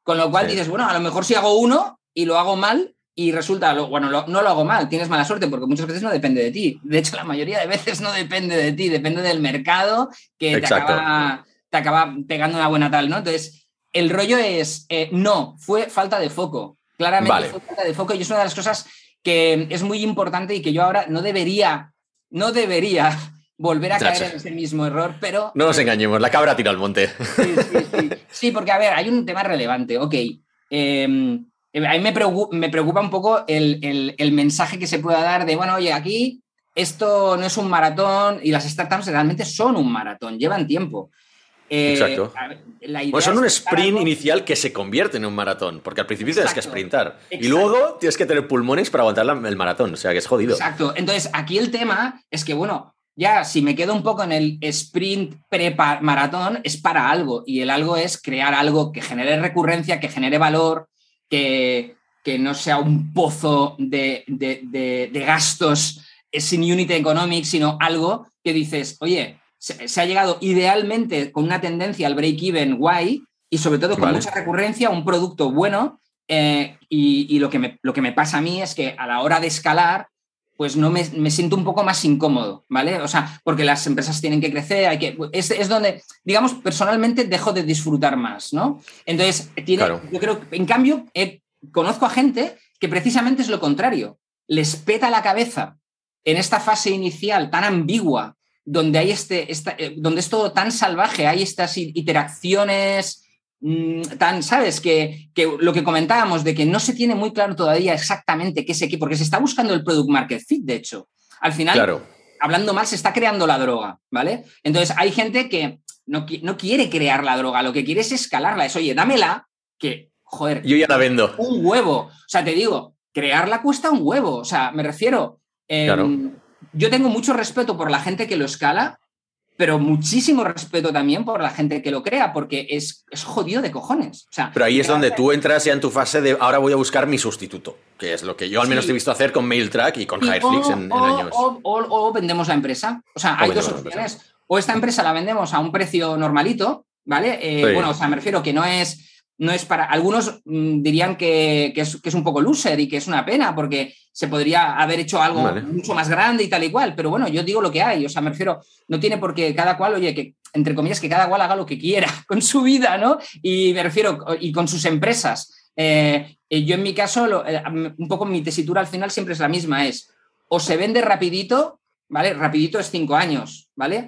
Con lo cual Sí. dices, bueno, a lo mejor si hago uno y lo hago mal y resulta, lo, bueno, lo, no lo hago mal, tienes mala suerte porque muchas veces no depende de ti. De hecho, la mayoría de veces no depende de ti, depende del mercado que te acaba, te acaba pegando una buena tal, ¿no? Entonces, el rollo es, eh, no, fue falta de foco. Claramente Vale. fue falta de foco y es una de las cosas que es muy importante y que yo ahora no debería, no debería volver a caer Chacho. en ese mismo error, pero... No nos engañemos, la cabra tira al monte. Sí, sí, sí. Sí, porque a ver, hay un tema relevante. Ok, eh, a mí me preocupa, me preocupa un poco el, el, el mensaje que se pueda dar de, bueno, oye, aquí esto no es un maratón y las startups realmente son un maratón, llevan tiempo. Eh, Exacto. a ver, la idea Pues son es un buscar sprint algo- inicial que se convierte en un maratón, porque al principio tienes que Exacto, sprintar. Y exacto. luego tienes que tener pulmones para aguantar la- el maratón, o sea que es jodido. Exacto. Entonces, aquí el tema es que, bueno, ya si me quedo un poco en el sprint pre-maratón, es para algo. Y el algo es crear algo que genere recurrencia, que genere valor, que, que no sea un pozo de, de, de, de gastos sin unit economics, sino algo que dices, oye, se, se ha llegado idealmente con una tendencia al break-even guay y sobre todo con Vale. mucha recurrencia, un producto bueno. Eh, y y lo, que me, lo que me pasa a mí es que a la hora de escalar, pues no me, me siento un poco más incómodo, ¿vale? O sea, porque las empresas tienen que crecer, hay que, es, es donde, digamos, personalmente dejo de disfrutar más, ¿no? Entonces, tiene, Claro. yo creo que, en cambio, eh, conozco a gente que precisamente es lo contrario, les peta la cabeza en esta fase inicial tan ambigua, donde, hay este, esta, eh, donde es todo tan salvaje, hay estas interacciones mmm, tan, ¿sabes? Que, que lo que comentábamos de que no se tiene muy claro todavía exactamente qué es qué, porque se está buscando el product market fit, de hecho. Al final, Claro. hablando mal, se está creando la droga, ¿vale? Entonces, hay gente que no, no quiere crear la droga, lo que quiere es escalarla, es, oye, dámela, que, joder, Yo ya la vendo. un huevo. O sea, te digo, crearla cuesta un huevo. O sea, me refiero. Eh, Claro. Yo tengo mucho respeto por la gente que lo escala, pero muchísimo respeto también por la gente que lo crea, porque es, es jodido de cojones. O sea, Pero ahí es crear- donde tú entras ya en tu fase de ahora voy a buscar mi sustituto, que es lo que yo al menos Sí. te he visto hacer con MailTrack y con Sí, Hireflix o, en, en o- años. o- o- o vendemos la empresa. O sea, O hay vendemos dos la empresa. opciones. O esta empresa la vendemos a un precio normalito, ¿vale? Eh, Sí. Bueno, o sea, me refiero que no es, no es para... Algunos mm, dirían que, que, es, que es un poco loser y que es una pena porque se podría haber hecho algo Vale. mucho más grande y tal y cual. Pero bueno, yo digo lo que hay. O sea, me refiero, no tiene por qué cada cual, oye, que entre comillas, que cada cual haga lo que quiera con su vida, ¿no? Y me refiero, y con sus empresas. Eh, yo en mi caso, lo, eh, un poco mi tesitura al final siempre es la misma, es o se vende rapidito, ¿vale? Rapidito es cinco años, ¿vale?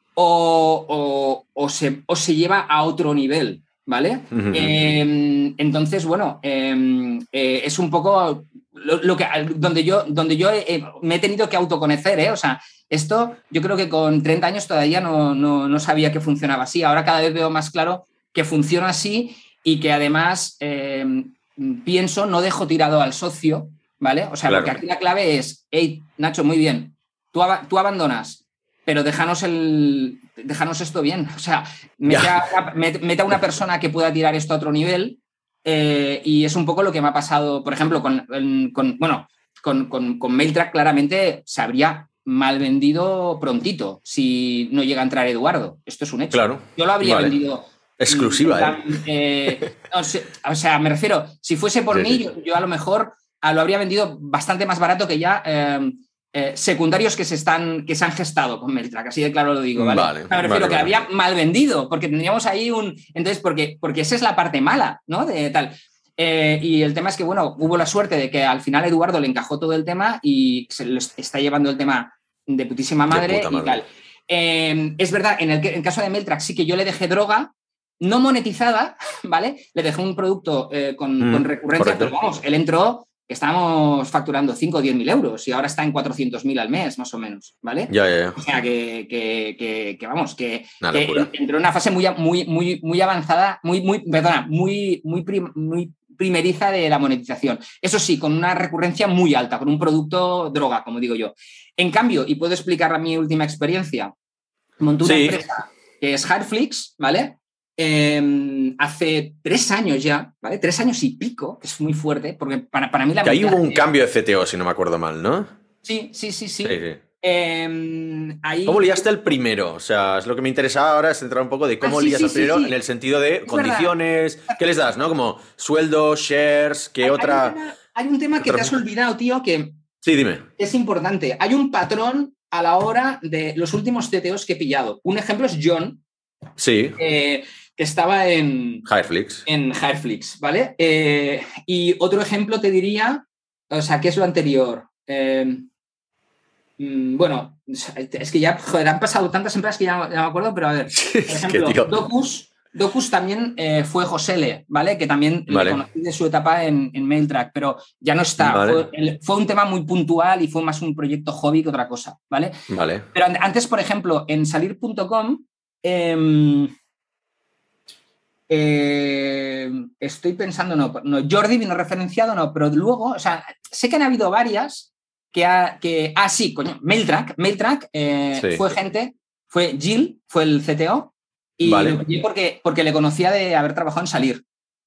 O, o, o, se, o se lleva a otro nivel, ¿vale? Ujú. Eh, entonces, bueno, eh, eh, es un poco lo, lo que, donde yo, donde yo eh, me he tenido que autoconocer, ¿eh? O sea, esto yo creo que con treinta años todavía no, no, no sabía que funcionaba así. Ahora cada vez veo más claro que funciona así y que además eh, pienso, no dejo tirado al socio, ¿vale? O sea, Claro. porque aquí la clave es, hey, Nacho, muy bien, tú, ab tú abandonas, pero déjanos, el, déjanos esto bien. O sea, mete a, mete a una persona que pueda tirar esto a otro nivel eh, y es un poco lo que me ha pasado, por ejemplo, con, con bueno, con, con, con MailTrack claramente se habría mal vendido prontito si no llega a entrar Eduardo. Esto es un hecho. Claro. Yo lo habría Vale. vendido... Exclusiva, ¿eh? eh no sé, o sea, me refiero, si fuese por Sí, mí, sí. yo, yo a lo mejor a lo habría vendido bastante más barato que ya eh, eh, secundarios que se están que se han gestado con MailTrack, así de claro lo digo, ¿vale? Vale, O sea, me refiero vale, que vale. habría mal vendido, porque tendríamos ahí un... Entonces, porque, porque esa es la parte mala, ¿no? De tal. Eh, y el tema es que, bueno, hubo la suerte de que al final Eduardo le encajó todo el tema y se lo está llevando el tema de putísima madre, De puta madre. y tal. Eh, es verdad, en el, que, en el caso de MailTrack sí que yo le dejé droga, no monetizada, ¿vale? Le dejé un producto eh, con, Mm, con recurrencia, correcto. pero vamos, él entró, estábamos facturando cinco o diez mil euros y ahora está en cuatrocientos mil al mes, más o menos, ¿vale? Ya, ya, ya. O sea, que, que, que, que vamos, que, Una que locura. entró en una fase muy, muy, muy, muy avanzada, muy, muy, perdona, muy, muy, prim, muy primeriza de la monetización. Eso sí, con una recurrencia muy alta, con un producto droga, como digo yo. En cambio, y puedo explicar mi última experiencia, monté una Sí. empresa que es Hireflix, ¿vale? Eh, hace tres años ya, ¿vale? Tres años y pico, que es muy fuerte, porque para, para mí la... Que ahí hubo un monetización- cambio de C T O, si no me acuerdo mal, ¿no? Sí, sí, sí, sí. Sí, sí. Eh, ahí... ¿Cómo liaste el primero? O sea, es lo que me interesaba ahora, es entrar un poco de cómo ah, sí, lías sí, el primero sí, sí. en el sentido de Es condiciones, verdad. ¿qué les das, no? Como sueldos, shares, ¿qué Hay, otra...? hay un tema, hay un tema que otra... te has olvidado, tío, que Sí, dime. es importante. Hay un patrón a la hora de los últimos C T Os que he pillado. Un ejemplo es John, Sí. eh, que estaba en Hireflix. En Hireflix, ¿vale? Eh, y otro ejemplo te diría, o sea, ¿qué es lo anterior? Eh, mmm, bueno, es que ya, joder, han pasado tantas empresas que ya, ya me acuerdo, pero a ver, por ejemplo, es que, Docus, Docus también eh, fue Josele, ¿vale? Que también vale. le conocí de su etapa en, en Mailtrack, pero ya no está. Vale. Fue, el, fue un tema muy puntual y fue más un proyecto hobby que otra cosa, ¿vale? Vale. Pero antes, por ejemplo, en salir punto com, eh, eh, estoy pensando, no, no, Jordi vino referenciado, no, pero luego, o sea, sé que han habido varias que, ha, que ah, sí, coño, Mailtrack, Mailtrack eh, sí. fue gente, fue Jill, fue el C T O, y vale. lo pillé porque, porque le conocía de haber trabajado en Salir.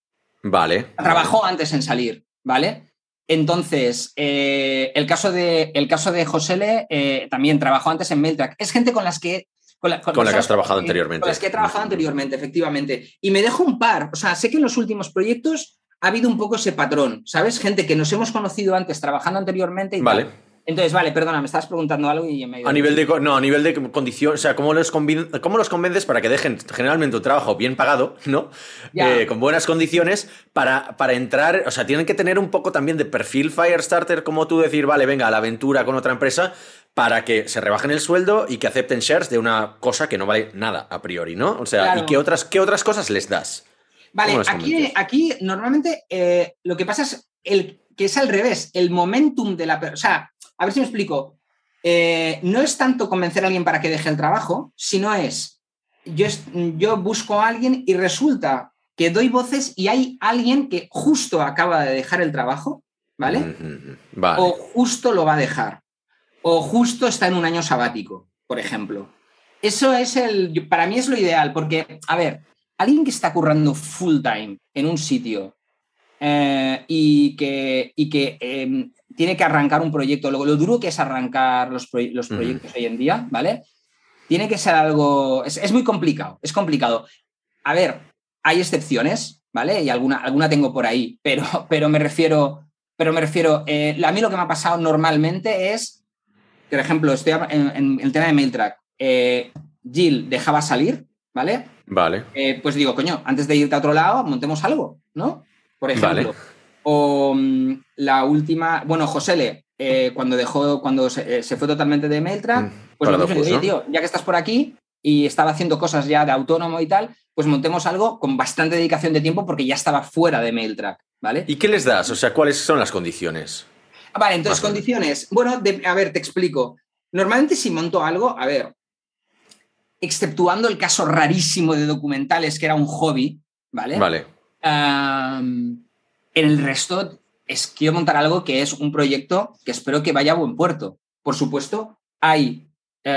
Vale. Trabajó vale. antes en Salir, ¿vale? Entonces, eh, el, caso de, el caso de Josele eh, también trabajó antes en Mailtrack. Es gente con las que Con la, con, con la que has trabajado que, anteriormente. Con las que he trabajado anteriormente, efectivamente. Y me dejo un par. O sea, sé que en los últimos proyectos ha habido un poco ese patrón, ¿sabes? Gente que nos hemos conocido antes trabajando anteriormente y vale. tal. Entonces, vale, perdona, me estabas preguntando algo y me... A nivel de, no, a nivel de condición, o sea, ¿cómo los, conven, ¿cómo los convences para que dejen generalmente un trabajo bien pagado, ¿no? Eh, con buenas condiciones para, para entrar, o sea, tienen que tener un poco también de perfil Firestarter, como tú decir, vale, venga, a la aventura con otra empresa, para que se rebajen el sueldo y que acepten shares de una cosa que no vale nada a priori, ¿no? O sea, claro. ¿y qué otras, qué otras cosas les das? Vale, aquí, aquí normalmente eh, lo que pasa es el, que es al revés, el momentum de la persona. O sea, a ver si me explico. Eh, no es tanto convencer a alguien para que deje el trabajo, sino es yo, yo busco a alguien y resulta que doy voces y hay alguien que justo acaba de dejar el trabajo, ¿vale? Mm-hmm. Vale. O justo lo va a dejar. O justo está en un año sabático, por ejemplo. Eso es el... Para mí es lo ideal, porque, a ver, alguien que está currando full time en un sitio eh, y que, y que eh, tiene que arrancar un proyecto, lo, lo duro que es arrancar los, proye los proyectos mm. hoy en día, ¿vale? Tiene que ser algo... Es, es muy complicado, es complicado. A ver, hay excepciones, ¿vale? Y alguna, alguna tengo por ahí, pero, pero me refiero... Pero me refiero... Eh, a mí lo que me ha pasado normalmente es... Por ejemplo, estoy en, en el tema de Mailtrack. Eh, Jill dejaba salir, ¿vale? Vale. Eh, pues digo, coño, antes de irte a otro lado, montemos algo, ¿no? Por ejemplo. Vale. O um, la última... Bueno, Josele, eh, cuando dejó, cuando se, eh, se fue totalmente de Mailtrack, pues me dije, oye, tío, ya que estás por aquí y estaba haciendo cosas ya de autónomo y tal, pues montemos algo con bastante dedicación de tiempo porque ya estaba fuera de Mailtrack, ¿vale? ¿Y qué les das? O sea, ¿cuáles son las condiciones? Vale, entonces, condiciones. Bueno, de, a ver, te explico. Normalmente si monto algo, a ver, exceptuando el caso rarísimo de documentales, que era un hobby, ¿vale? Vale. Um, en el resto, es quiero montar algo que es un proyecto que espero que vaya a buen puerto. Por supuesto, hay,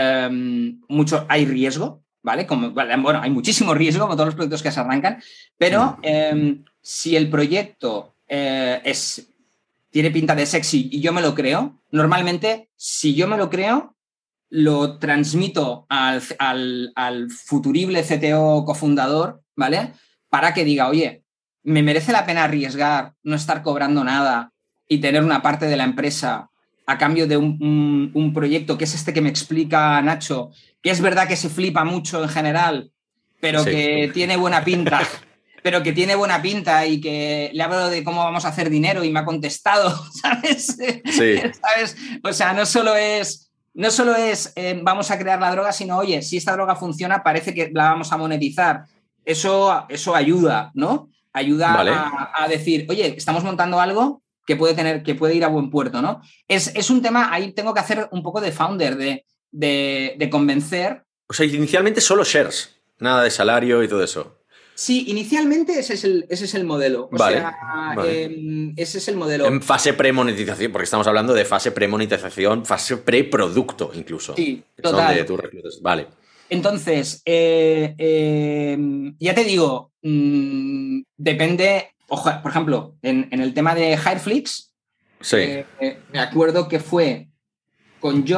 um, mucho, hay riesgo, ¿vale? Como, bueno, hay muchísimo riesgo, como todos los proyectos que se arrancan, pero um, si el proyecto uh, es... tiene pinta de sexy y yo me lo creo, normalmente, si yo me lo creo, lo transmito al, al, al futurible C T O cofundador, ¿vale? Para que diga, oye, me merece la pena arriesgar, no estar cobrando nada y tener una parte de la empresa a cambio de un, un, un proyecto que es este que me explica Nacho, que es verdad que se flipa mucho en general, pero sí. que tiene buena pinta. pero que tiene buena pinta y que le hablo de cómo vamos a hacer dinero y me ha contestado, ¿sabes? Sí. ¿Sabes? O sea, no solo es, no solo es eh, vamos a crear la droga, sino, oye, si esta droga funciona, parece que la vamos a monetizar. Eso, eso ayuda, ¿no? Ayuda vale. a, a decir, oye, estamos montando algo que puede, tener, que puede ir a buen puerto, ¿no? Es, es un tema, ahí tengo que hacer un poco de founder, de, de, de convencer. O sea, inicialmente solo shares, nada de salario y todo eso. Sí, inicialmente ese es el, ese es el modelo. O vale, sea, vale. Eh, ese es el modelo. En fase pre-monetización, porque estamos hablando de fase pre-monetización, fase pre-producto incluso. Sí, total. Donde tú reclutas. Vale. Entonces, eh, eh, ya te digo, mmm, depende, ojo, por ejemplo, en, en el tema de Hireflix, sí. eh, eh, me acuerdo que fue con John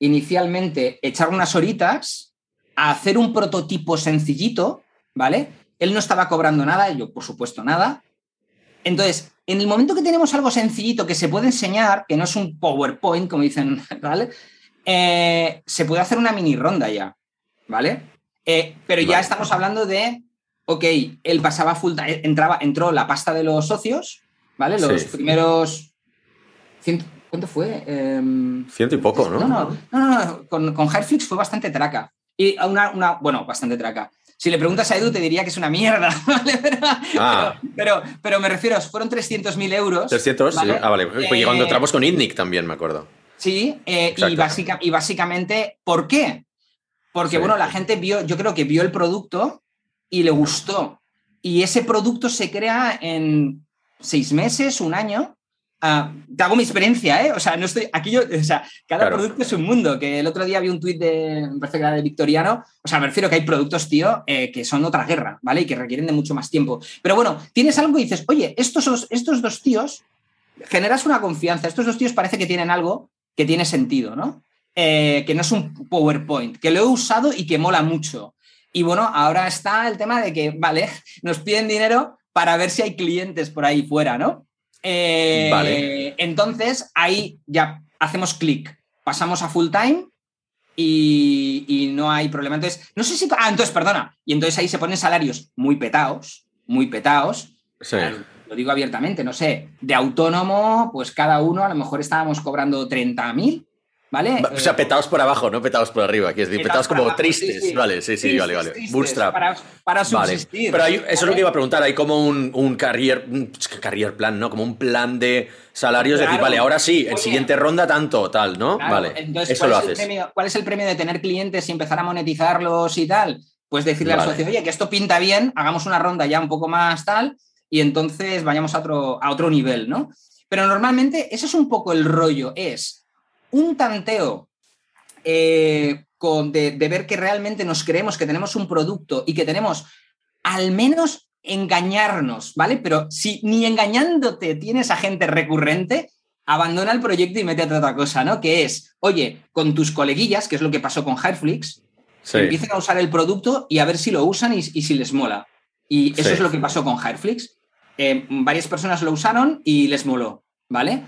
inicialmente echar unas horitas a hacer un prototipo sencillito, ¿vale? Él no estaba cobrando nada, yo por supuesto nada. Entonces, en el momento que tenemos algo sencillito que se puede enseñar, que no es un PowerPoint, como dicen, ¿vale? Eh, se puede hacer una mini ronda ya, ¿vale? Eh, pero ya vale. estamos hablando de, ok, él pasaba full, entraba, entró la pasta de los socios, ¿vale? Los Sí. primeros... Ciento, ¿cuánto fue? Eh, Ciento y poco, ¿no? No, no, no, no, no. Con, con Hireflix fue bastante traca. Y una, una, bueno, bastante traca. Si le preguntas a Edu te diría que es una mierda, ¿vale? Pero, ah. pero, pero, pero me refiero, fueron trescientos mil euros. ¿trescientos? ¿vale? Sí. Ah, vale. Pues Eh, cuando entramos con Idnik también, me acuerdo. Sí, eh, y, básica, y básicamente, ¿por qué? Porque, sí. bueno, la gente vio, yo creo que vio el producto y le gustó. Y ese producto se crea en seis meses, un año. Uh, te hago mi experiencia, ¿eh? O sea, no estoy. Aquí yo. O sea, cada claro. producto es un mundo. Que el otro día vi un tuit de. Me parece que era de Victoriano. O sea, me refiero que hay productos, tío, eh, que son otra guerra, ¿vale? Y que requieren de mucho más tiempo. Pero bueno, tienes algo y dices, oye, estos, estos dos tíos. Generas una confianza. Estos dos tíos parece que tienen algo que tiene sentido, ¿no? Eh, que no es un PowerPoint, que lo he usado y que mola mucho. Y bueno, ahora está el tema de que, vale, nos piden dinero para ver si hay clientes por ahí fuera, ¿no? Eh, vale. Entonces, ahí ya hacemos clic, pasamos a full time y, y no hay problema. Entonces, no sé si... Ah, entonces, perdona. Y entonces ahí se ponen salarios muy petados, muy petados. Sí. Lo digo abiertamente, no sé, de autónomo, pues cada uno a lo mejor estábamos cobrando treinta mil, ¿vale? O sea, petados por abajo, no petados por arriba, quiero decir, petados, petados como abajo, tristes, sí, sí. Vale, sí, sí, tristes, vale, vale. Tristes, Bootstrap. Para, para subsistir. Vale. Pero hay, eso ¿vale? es lo que iba a preguntar, hay como un, un, career, un career plan, ¿no? Como un plan de salarios, claro. decir, vale, ahora sí, en Oye, siguiente ronda tanto, tal, ¿no? Claro. Vale, entonces, eso lo es haces. Premio, ¿Cuál es el premio de tener clientes y empezar a monetizarlos y tal? Pues decirle vale. al socio, oye, que esto pinta bien, hagamos una ronda ya un poco más tal... y entonces vayamos a otro, a otro nivel, ¿no? Pero normalmente ese es un poco el rollo, es un tanteo eh, con, de, de ver que realmente nos creemos que tenemos un producto y que tenemos al menos engañarnos, ¿vale? Pero si ni engañándote tienes a gente recurrente, abandona el proyecto y métete a otra cosa, ¿no? Que es, oye, con tus coleguillas, que es lo que pasó con Hireflix, sí. empiecen a usar el producto y a ver si lo usan y, y si les mola. Y eso sí. es lo que pasó con Hireflix. Eh, varias personas lo usaron y les moló, ¿vale?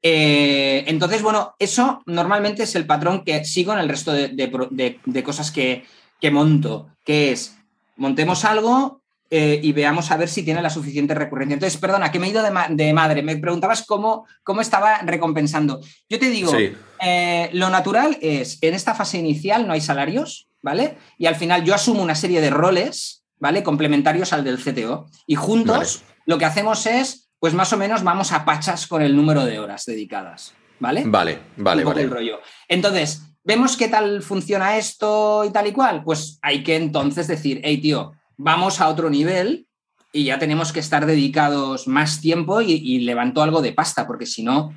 Eh, entonces, bueno, eso normalmente es el patrón que sigo en el resto de, de, de, de cosas que, que monto, que es, montemos algo eh, y veamos a ver si tiene la suficiente recurrencia. Entonces, perdona, que me he ido de, ma de madre. Me preguntabas cómo, cómo estaba recompensando. Yo te digo, sí. eh, lo natural es, en esta fase inicial no hay salarios, ¿vale? Y al final yo asumo una serie de roles, ¿vale? Complementarios al del C T O. Y juntos... Vale. Lo que hacemos es, pues más o menos vamos a pachas con el número de horas dedicadas, ¿vale? Vale, vale, Un poco vale. el rollo. Entonces, ¿vemos qué tal funciona esto y tal y cual? Pues hay que entonces decir, hey, tío, vamos a otro nivel y ya tenemos que estar dedicados más tiempo y, y levanto algo de pasta, porque si no,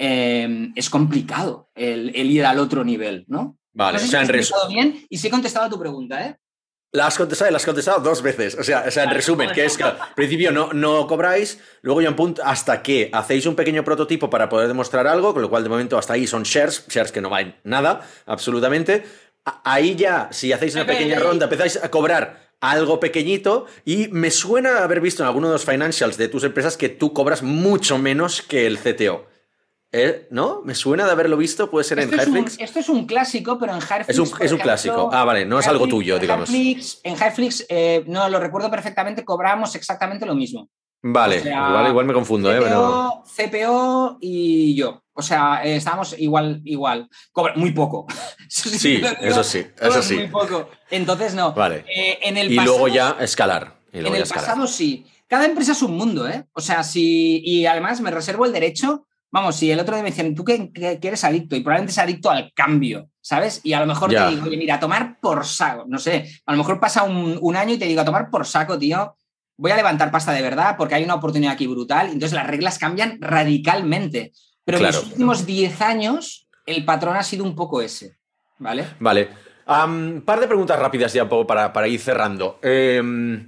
eh, es complicado el, el ir al otro nivel, ¿no? Vale, no sé o sea, si en he explicado bien y si he contestado a tu pregunta, ¿eh? La has contestado, la has contestado dos veces. O sea, o sea en resumen, que es que al principio no, no cobráis, luego ya un punto hasta que hacéis un pequeño prototipo para poder demostrar algo, con lo cual de momento hasta ahí son shares, shares que no valen nada, absolutamente. Ahí ya, si hacéis una pequeña ronda, empezáis a cobrar algo pequeñito y me suena haber visto en alguno de los financials de tus empresas que tú cobras mucho menos que el C T O. ¿Eh? ¿No? Me suena de haberlo visto, puede ser esto en Hireflix. Esto es un clásico, pero en Hireflix. Es un, es un ejemplo, clásico. Ah, vale, no es algo tuyo, digamos. Hireflix, en Hireflix, eh, no lo recuerdo perfectamente, cobramos exactamente lo mismo. Vale, o sea, igual, igual me confundo, C P O, ¿eh? Pero... C P O y yo. O sea, eh, estábamos igual, igual. Cobra muy poco. Sí, eso sí, eso sí. Muy poco. Entonces, no. Vale. Eh, en el y pasado, luego ya escalar. Y luego en ya el escalar. pasado sí. Cada empresa es un mundo, ¿eh? O sea, si. Y además me reservo el derecho. Vamos, si el otro día me decían, tú que, que, que eres adicto y probablemente es adicto al cambio, ¿sabes? Y a lo mejor ya. te digo, oye, mira, a tomar por saco, no sé, a lo mejor pasa un, un año y te digo, a tomar por saco, tío, voy a levantar pasta de verdad porque hay una oportunidad aquí brutal, entonces las reglas cambian radicalmente. Pero claro. en los últimos diez años el patrón ha sido un poco ese, ¿vale? Vale. Un um, par de preguntas rápidas ya un poco para, para ir cerrando. Eh,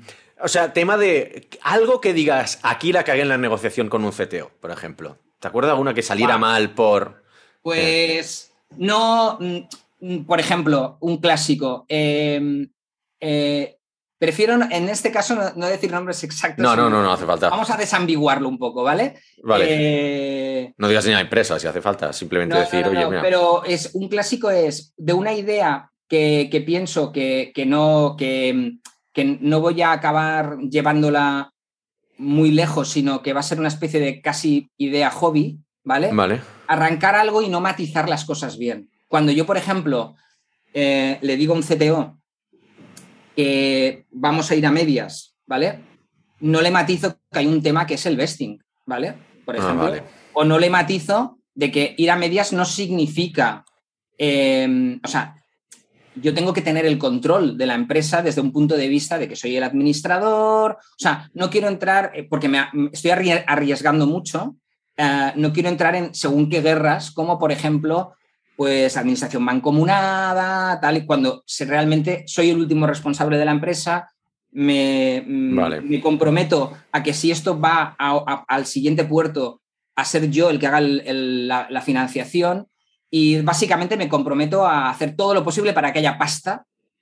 o sea, tema de algo que digas, aquí la cagué en la negociación con un C T O, por ejemplo. ¿Te acuerdas de alguna que saliera wow. mal por...? Pues eh. no... por ejemplo, un clásico. Eh, eh, prefiero, en este caso, no, no decir nombres exactos. No, no, no, no hace falta. Vamos a desambiguarlo un poco, ¿vale? Vale. Eh, no digas ni la empresa si hace falta, simplemente no, decir, no, no, oye, no, mira. Pero es, un clásico es de una idea que, que pienso que, que, no, que, que no voy a acabar llevándola muy lejos, sino que va a ser una especie de casi idea hobby, ¿vale? Vale. Arrancar algo y no matizar las cosas bien. Cuando yo, por ejemplo, eh, le digo a un C T O que vamos a ir a medias, ¿vale? No le matizo que hay un tema que es el vesting, ¿vale? Por ejemplo. Ah, vale. O no le matizo de que ir a medias no significa... Eh, o sea, yo tengo que tener el control de la empresa desde un punto de vista de que soy el administrador. O sea, no quiero entrar, porque me estoy arriesgando mucho, uh, no quiero entrar en según qué guerras, como por ejemplo, pues administración mancomunada, tal, y cuando si realmente soy el último responsable de la empresa, me, vale. me comprometo a que si esto va a, a, al siguiente puerto, a ser yo el que haga el, el, la, la financiación. Y básicamente me comprometo a hacer todo lo posible para que haya pasta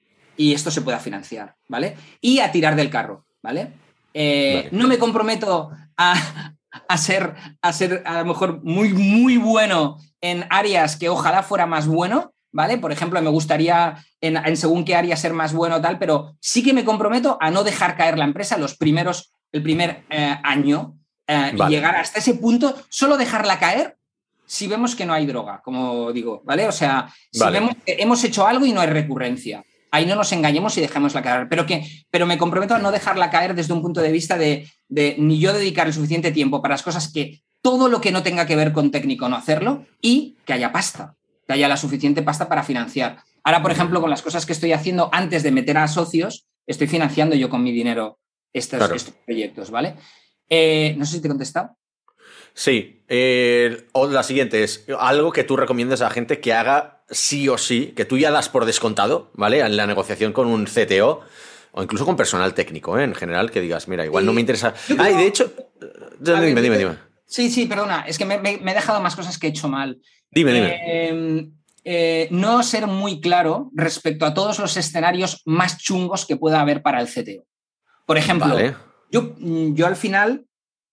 y esto se pueda financiar, ¿vale? Y a tirar del carro, ¿vale? Eh, vale. No me comprometo a, a, ser, a ser a lo mejor muy, muy bueno en áreas que ojalá fuera más bueno, ¿vale? Por ejemplo, me gustaría en, en según qué área ser más bueno tal, pero sí que me comprometo a no dejar caer la empresa los primeros, el primer eh, año eh, vale. y llegar hasta ese punto, solo dejarla caer si vemos que no hay droga, como digo, ¿vale? O sea, si vale. vemos que hemos hecho algo y no hay recurrencia, ahí no nos engañemos y dejémosla caer. Pero, que, pero me comprometo a no dejarla caer desde un punto de vista de, de ni yo dedicar el suficiente tiempo para las cosas que todo lo que no tenga que ver con técnico no hacerlo y que haya pasta, que haya la suficiente pasta para financiar. Ahora, por ejemplo, con las cosas que estoy haciendo antes de meter a socios, estoy financiando yo con mi dinero estos, claro. estos proyectos, ¿vale? Eh, no sé si te he contestado. Sí, eh, o la siguiente es algo que tú recomiendas a la gente que haga sí o sí, que tú ya das por descontado, ¿vale? En la negociación con un C T O o incluso con personal técnico, ¿eh? En general, que digas, mira, igual sí. no me interesa. Creo... Ah, y de hecho, dime, ver, dime, dime. Sí, sí, perdona, es que me, me, me he dejado más cosas que he hecho mal. Dime, dime. Eh, eh, no ser muy claro respecto a todos los escenarios más chungos que pueda haber para el C T O. Por ejemplo, vale. yo, yo al final...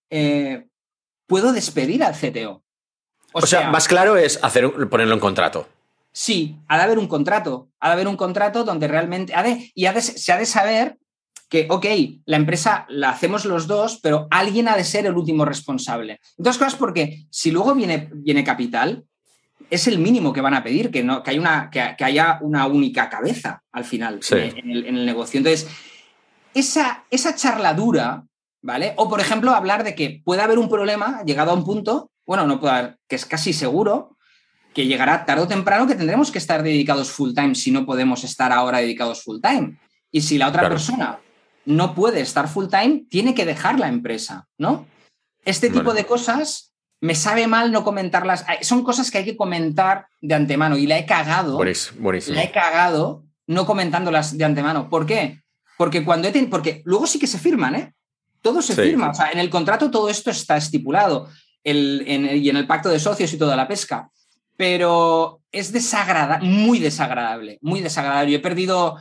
Eh, puedo despedir al C T O. O, o sea, sea, más claro es hacer, ponerlo en contrato. Sí, ha de haber un contrato. Ha de haber un contrato donde realmente... Ha de, y ha de, se ha de saber que, ok, la empresa la hacemos los dos, pero alguien ha de ser el último responsable. Dos cosas porque si luego viene, viene capital, es el mínimo que van a pedir, que, no, que, hay una, que, que haya una única cabeza al final sí. en, en, el, en el negocio. Entonces, esa, esa charladura... ¿Vale? O, por ejemplo, hablar de que puede haber un problema llegado a un punto, bueno, no puede haber, que es casi seguro, que llegará tarde o temprano que tendremos que estar dedicados full time si no podemos estar ahora dedicados full time. Y si la otra claro. persona no puede estar full time, tiene que dejar la empresa, ¿no? Este tipo vale. de cosas me sabe mal no comentarlas. Son cosas que hay que comentar de antemano y la he cagado. Buenísimo, buenísimo. La he cagado no comentándolas de antemano. ¿Por qué? Porque, cuando he ten... Porque luego sí que se firman, ¿eh? Todo se sí. firma, o sea, en el contrato todo esto está estipulado el, en el, y en el pacto de socios y toda la pesca, pero es desagradable, muy desagradable, muy desagradable. Yo he perdido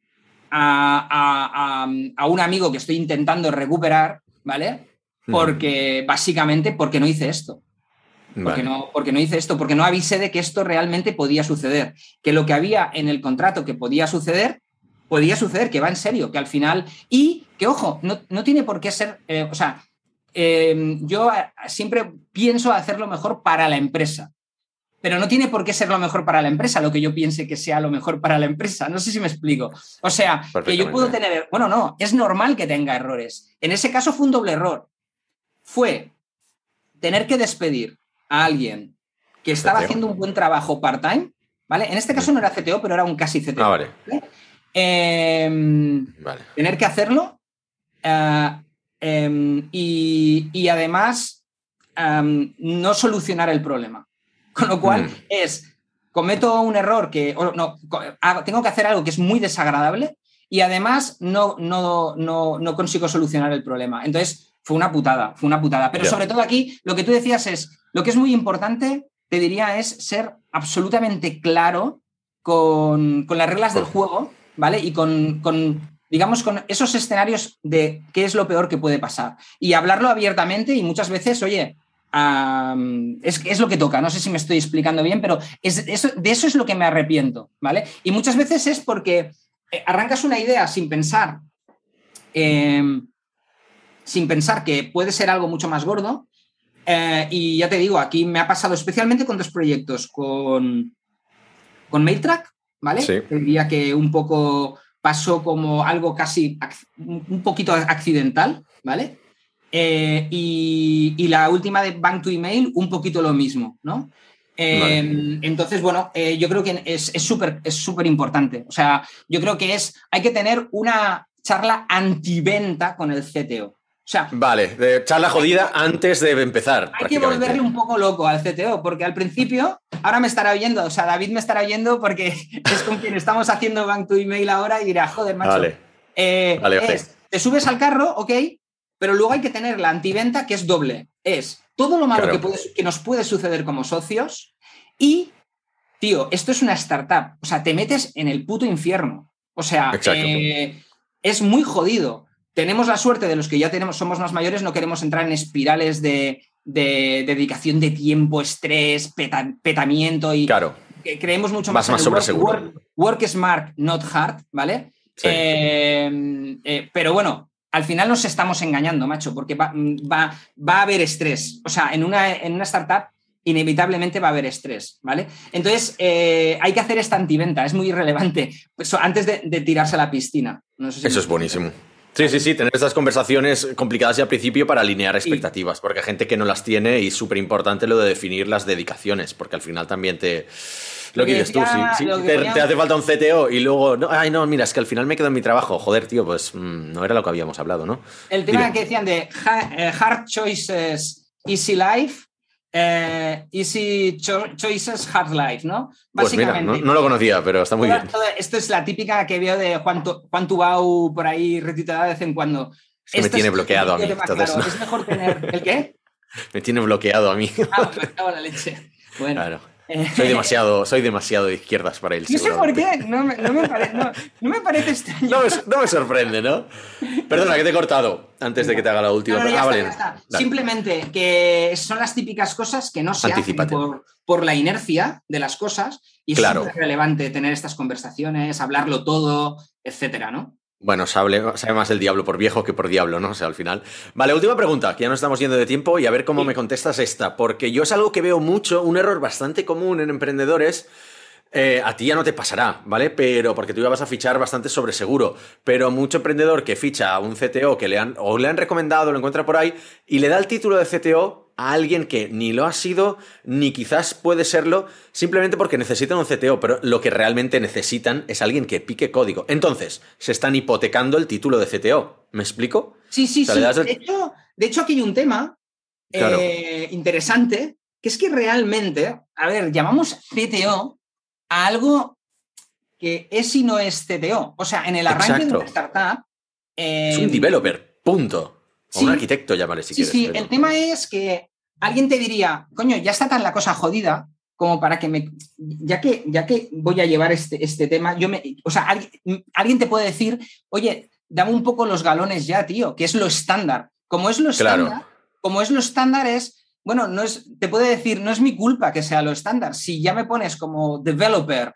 a, a, a, a un amigo que estoy intentando recuperar, ¿vale? Porque, mm. básicamente, porque no hice esto. Porque, vale. no, porque no hice esto, porque no avisé de que esto realmente podía suceder, que lo que había en el contrato que podía suceder, podía suceder, que va en serio, que al final... Y que, ojo, no, no tiene por qué ser... Eh, o sea, eh, yo siempre pienso hacer lo mejor para la empresa, pero no tiene por qué ser lo mejor para la empresa lo que yo piense que sea lo mejor para la empresa. No sé si me explico. O sea, que yo puedo tener... Bueno, no, es normal que tenga errores. En ese caso fue un doble error. Fue tener que despedir a alguien que estaba C T O. Haciendo un buen trabajo part-time, ¿vale? En este caso no era C T O, pero era un casi C T O. Ah, vale. ¿vale? Eh, vale. Tener que hacerlo uh, um, y, y además um, no solucionar el problema. Con lo cual mm. es, cometo un error que, o no, tengo que hacer algo que es muy desagradable y además no, no, no, no consigo solucionar el problema. Entonces fue una putada, fue una putada. Pero yeah. sobre todo aquí lo que tú decías es, lo que es muy importante, te diría, es ser absolutamente claro con, con las reglas del juego, ¿vale? Y con, con, digamos, con esos escenarios de qué es lo peor que puede pasar. Y hablarlo abiertamente y muchas veces, oye, um, es, es lo que toca. No sé si me estoy explicando bien, pero es, eso, de eso es lo que me arrepiento, ¿vale? Y muchas veces es porque arrancas una idea sin pensar, eh, sin pensar que puede ser algo mucho más gordo. Eh, y ya te digo, aquí me ha pasado especialmente con dos proyectos, con, con Mailtrack, ¿vale? Sí. Diría que un poco pasó como algo casi un poquito accidental, ¿vale? Eh, y, y la última de Bank to Email, un poquito lo mismo, ¿no? Eh, vale. Entonces, bueno, eh, yo creo que es súper es súper importante. O sea, yo creo que es, hay que tener una charla antiventa con el C T O. O sea, vale, de charla jodida antes de empezar. Hay que volverle un poco loco al C T O, porque al principio, ahora me estará oyendo, o sea, David me estará oyendo porque es con quien estamos haciendo Bank to Email ahora y dirá, joder, macho, vale. Eh, vale, vale. Es, te subes al carro, ok, pero luego hay que tener la antiventa que es doble. Es todo lo malo claro. que, puede, que nos puede suceder como socios y, tío, esto es una startup, o sea, te metes en el puto infierno. O sea, eh, es muy jodido. Tenemos la suerte de los que ya tenemos, somos más mayores, no queremos entrar en espirales de, de, de dedicación de tiempo, estrés, peta, petamiento y claro. que creemos mucho más, más, más en sobre work, seguro. Work, work smart, not hard, ¿vale? Sí. Eh, eh, pero bueno, al final nos estamos engañando, macho, porque va, va, va a haber estrés. O sea, en una, en una startup inevitablemente va a haber estrés, ¿vale? Entonces, eh, hay que hacer esta antiventa, es muy irrelevante, pues, antes de, de tirarse a la piscina. No sé si Eso es buenísimo. Sí, sí, sí, tener estas conversaciones complicadas y al principio para alinear expectativas, sí. porque hay gente que no las tiene y es súper importante lo de definir las dedicaciones, porque al final también te... Lo, lo que dices decía, tú, si, si te, ponía... te hace falta un C T O y luego, no, ay, no, mira, es que al final me quedo en mi trabajo, joder, tío, pues mmm, no era lo que habíamos hablado, ¿no? El tema Dime. que decían de hard choices, easy life, Eh, easy cho- choices, hard life, ¿no? Básicamente. Pues mira, no, no lo conocía, pero está muy toda, bien. Toda, esto es la típica que veo de Juan, Juan Tubau por ahí retuitada de vez en cuando. Es que me tiene es bloqueado a mí. Entonces, claro, no. Es mejor tener... ¿El qué? Me tiene bloqueado a mí. Ah, me cago en la leche. Bueno. Claro. Soy demasiado, soy demasiado de izquierdas para él. No sé por qué, no me, no me, pare, no, no me parece extraño. No me, no me sorprende, ¿no? Perdona, que te he cortado antes de que te haga la última. No, no, ya ah, está, ya está. Simplemente que son las típicas cosas que no se hacen por, por la inercia de las cosas y es claro. súper relevante tener estas conversaciones, hablarlo todo, etcétera, ¿no? Bueno, sabe, sabe más el diablo por viejo que por diablo, ¿no? O sea, al final. Vale, última pregunta, que ya nos estamos yendo de tiempo y a ver cómo sí. me contestas esta. Porque yo es algo que veo mucho, un error bastante común en emprendedores. Eh, a ti ya no te pasará, ¿vale? Pero porque tú ya vas a fichar bastante sobre seguro. Pero mucho emprendedor que ficha a un C T O que le han, o le han recomendado, lo encuentra por ahí, y le da el título de C T O a alguien que ni lo ha sido, ni quizás puede serlo, simplemente porque necesitan un C T O, pero lo que realmente necesitan es alguien que pique código. Entonces, se están hipotecando el título de C T O. ¿Me explico? Sí, sí, o sea, sí. El... De, hecho, de hecho, aquí hay un tema claro. eh, interesante, que es que realmente, a ver, llamamos C T O a algo que es y no es C T O. O sea, en el arranque Exacto. de una startup... Eh, es un developer, punto. O sí, un arquitecto, llámale si sí, quieres. Sí, sí, pero... el tema es que alguien te diría, coño, ya está tan la cosa jodida como para que me... Ya que, ya que voy a llevar este, este tema, yo me... O sea, alguien, alguien te puede decir, oye, dame un poco los galones ya, tío, que es lo estándar. Como es lo estándar, claro. como es lo estándar es... Bueno, no es, te puede decir, no es mi culpa que sea lo estándar. Si ya me pones como developer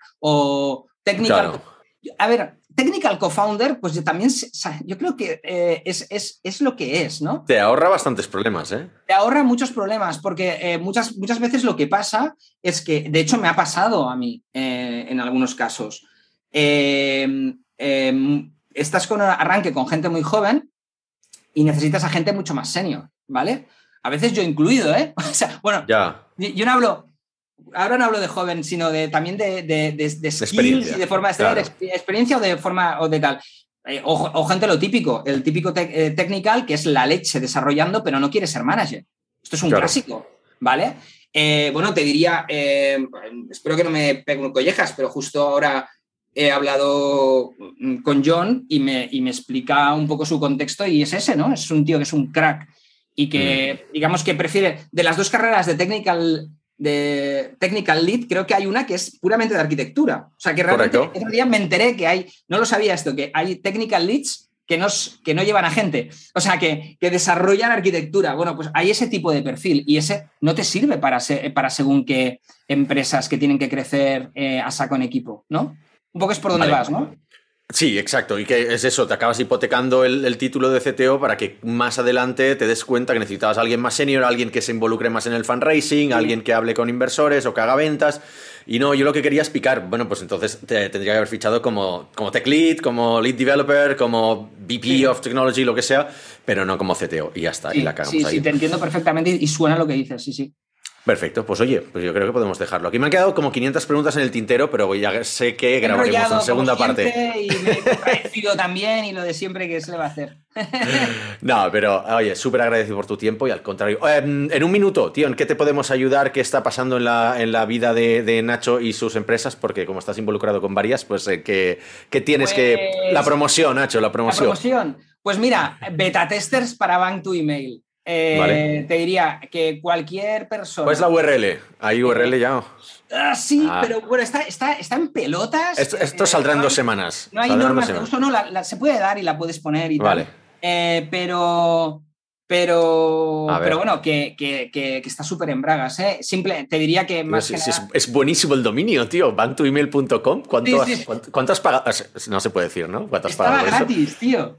o technical... Claro. A ver, technical co-founder, pues yo también, yo creo que eh, es, es, es lo que es, ¿no? Te ahorra bastantes problemas, ¿eh? Te ahorra muchos problemas, porque eh, muchas, muchas veces lo que pasa es que, de hecho, me ha pasado a mí eh, en algunos casos. Eh, eh, estás con arranque con gente muy joven y necesitas a gente mucho más senior, ¿vale? A veces yo incluido, ¿eh? O sea, bueno, ya. yo no hablo... Ahora no hablo de joven, sino de, también de, de, de, de skills y de forma de claro. experiencia o de forma o de tal. Eh, o, o gente lo típico, el típico te, eh, technical que es la leche desarrollando, pero no quiere ser manager. Esto es un claro. clásico, ¿vale? Eh, bueno, te diría, eh, espero que no me peguen collejas, pero justo ahora he hablado con John y me, y me explica un poco su contexto y es ese, ¿no? Es un tío que es un crack y que, mm. digamos que prefiere, de las dos carreras de technical de Technical Lead, creo que hay una que es puramente de arquitectura. O sea, que realmente Correcto. el otro día me enteré que hay, no lo sabía esto, que hay Technical Leads que no, que no llevan a gente. O sea, que, que desarrollan arquitectura. Bueno, pues hay ese tipo de perfil y ese no te sirve para, se, para según qué empresas que tienen que crecer eh, a saco en equipo, ¿no? Un poco es por donde Vale. vas, ¿no? Sí, exacto. Y que es eso, te acabas hipotecando el, el título de C T O para que más adelante te des cuenta que necesitabas a alguien más senior, alguien que se involucre más en el fundraising, sí. alguien que hable con inversores o que haga ventas. Y no, yo lo que quería es picar. Bueno, pues entonces te tendría que haber fichado como, como Tech Lead, como Lead Developer, como V P sí. of Technology, lo que sea, pero no como C T O. Y ya está, sí, y la cagamos sí, ahí. Sí, te entiendo perfectamente y, y suena lo que dices, sí, sí. Perfecto, pues oye, pues yo creo que podemos dejarlo. Aquí me han quedado como quinientas preguntas en el tintero, pero ya sé que grabaremos una segunda parte. Y me he agradecido también y lo de siempre que se le va a hacer. No, pero oye, súper agradecido por tu tiempo y al contrario. En, en un minuto, tío, ¿en qué te podemos ayudar? ¿Qué está pasando en la, en la vida de, de Nacho y sus empresas? Porque como estás involucrado con varias, pues eh, ¿qué, qué tienes pues, que... La promoción, Nacho, la promoción. La promoción. Pues mira, beta testers para Bank to Email. Eh, vale. Te diría que cualquier persona... ¿Cuál es la U R L? ¿Hay U R L ya? Ah, sí, ah. pero bueno, está, está, está en pelotas. Esto, esto eh, saldrá en dos semanas. No hay normas de uso, no, la, la, se puede dar y la puedes poner y vale. tal. Eh, pero... Pero, pero bueno, que, que, que, que está súper en bragas, ¿eh? Simple, te diría que más sí, que sí, nada... es, es buenísimo el dominio, tío. bank to email punto com. ¿Cuánto, sí, sí. ¿Cuánto, ¿Cuánto has pagado? No se puede decir, ¿no? ¿Cuánto has Estaba pagado gratis, eso? tío.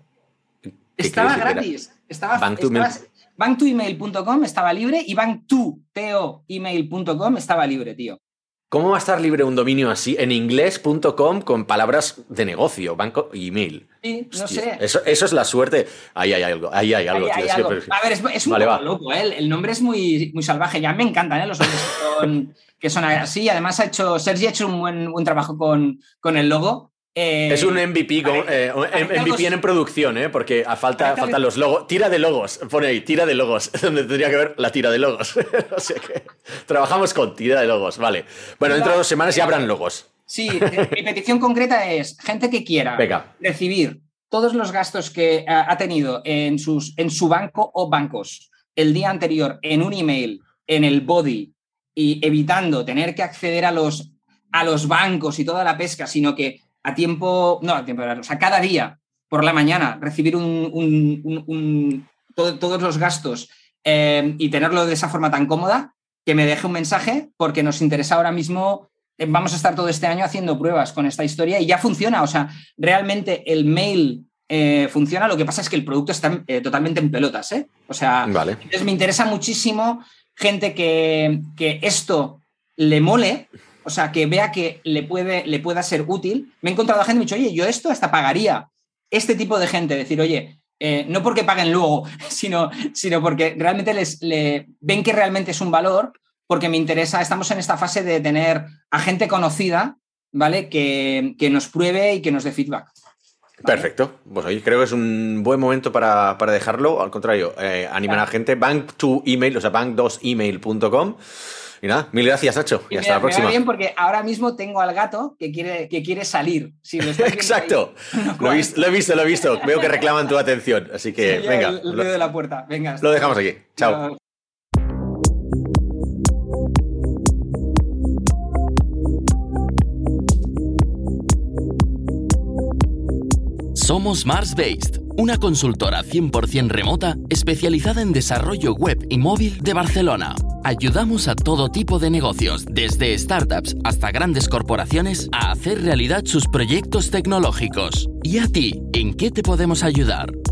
Estaba gratis. Estaba, bank to estaba, bank to email punto com estaba libre y bank to email punto com estaba libre, tío. ¿Cómo va a estar libre un dominio así en inglés punto com con palabras de negocio, banco y email? Sí, no Hostia, sé. Eso, eso es la suerte. Ahí hay algo, ahí hay algo, ahí tío. hay algo. A ver, es, es un vale, poco va. loco, ¿eh? El nombre es muy, muy salvaje. Ya me encantan, ¿eh? Los hombres que son, que son así. Además, ha hecho, Sergi ha hecho un buen, buen trabajo con, con el logo. Eh, es un M V P, con, eh, un M V P en producción, ¿eh? Porque falta, faltan los logos. Tira de logos, pone ahí, tira de logos, donde tendría que ver la tira de logos. O sea que trabajamos con tira de logos, vale. Bueno, dentro de dos semanas ya habrán logos. Sí, mi petición concreta es gente que quiera Venga. recibir todos los gastos que ha tenido en, sus, en su banco o bancos el día anterior en un email, en el body, y evitando tener que acceder a los, a los bancos y toda la pesca, sino que a tiempo, no a tiempo, o sea, cada día por la mañana recibir un, un, un, un, todo, todos los gastos eh, y tenerlo de esa forma tan cómoda, que me deje un mensaje porque nos interesa ahora mismo, eh, vamos a estar todo este año haciendo pruebas con esta historia y ya funciona, o sea, realmente el mail eh, funciona, lo que pasa es que el producto está eh, totalmente en pelotas, ¿eh? O sea, vale. Entonces me interesa muchísimo gente que, que esto le mole. O sea, que vea que le, puede, le pueda ser útil. Me he encontrado a gente y me ha dicho, oye, yo esto hasta pagaría. Este tipo de gente, decir, oye, eh, no porque paguen luego, sino, sino porque realmente les le, ven que realmente es un valor, porque me interesa, estamos en esta fase de tener a gente conocida, ¿vale? Que, que nos pruebe y que nos dé feedback. ¿Vale? Perfecto. Pues oye, creo que es un buen momento para, para dejarlo. Al contrario, eh, animar claro. a la gente. bank to email, o sea, bank dos email punto com. Y nada, mil gracias, Nacho. Y, y hasta mira, la próxima. Me va bien porque ahora mismo tengo al gato que quiere, que quiere salir. Si lo Exacto. Ahí, no lo, he visto, lo he visto, lo he visto. Veo que reclaman tu atención. Así que, sí, venga. El, el ruido de la puerta. Venga. Lo dejamos aquí. Chao. No. Somos Mars Based, una consultora cien por ciento remota especializada en desarrollo web y móvil de Barcelona. Ayudamos a todo tipo de negocios, desde startups hasta grandes corporaciones, a hacer realidad sus proyectos tecnológicos. ¿Y a ti, en qué te podemos ayudar?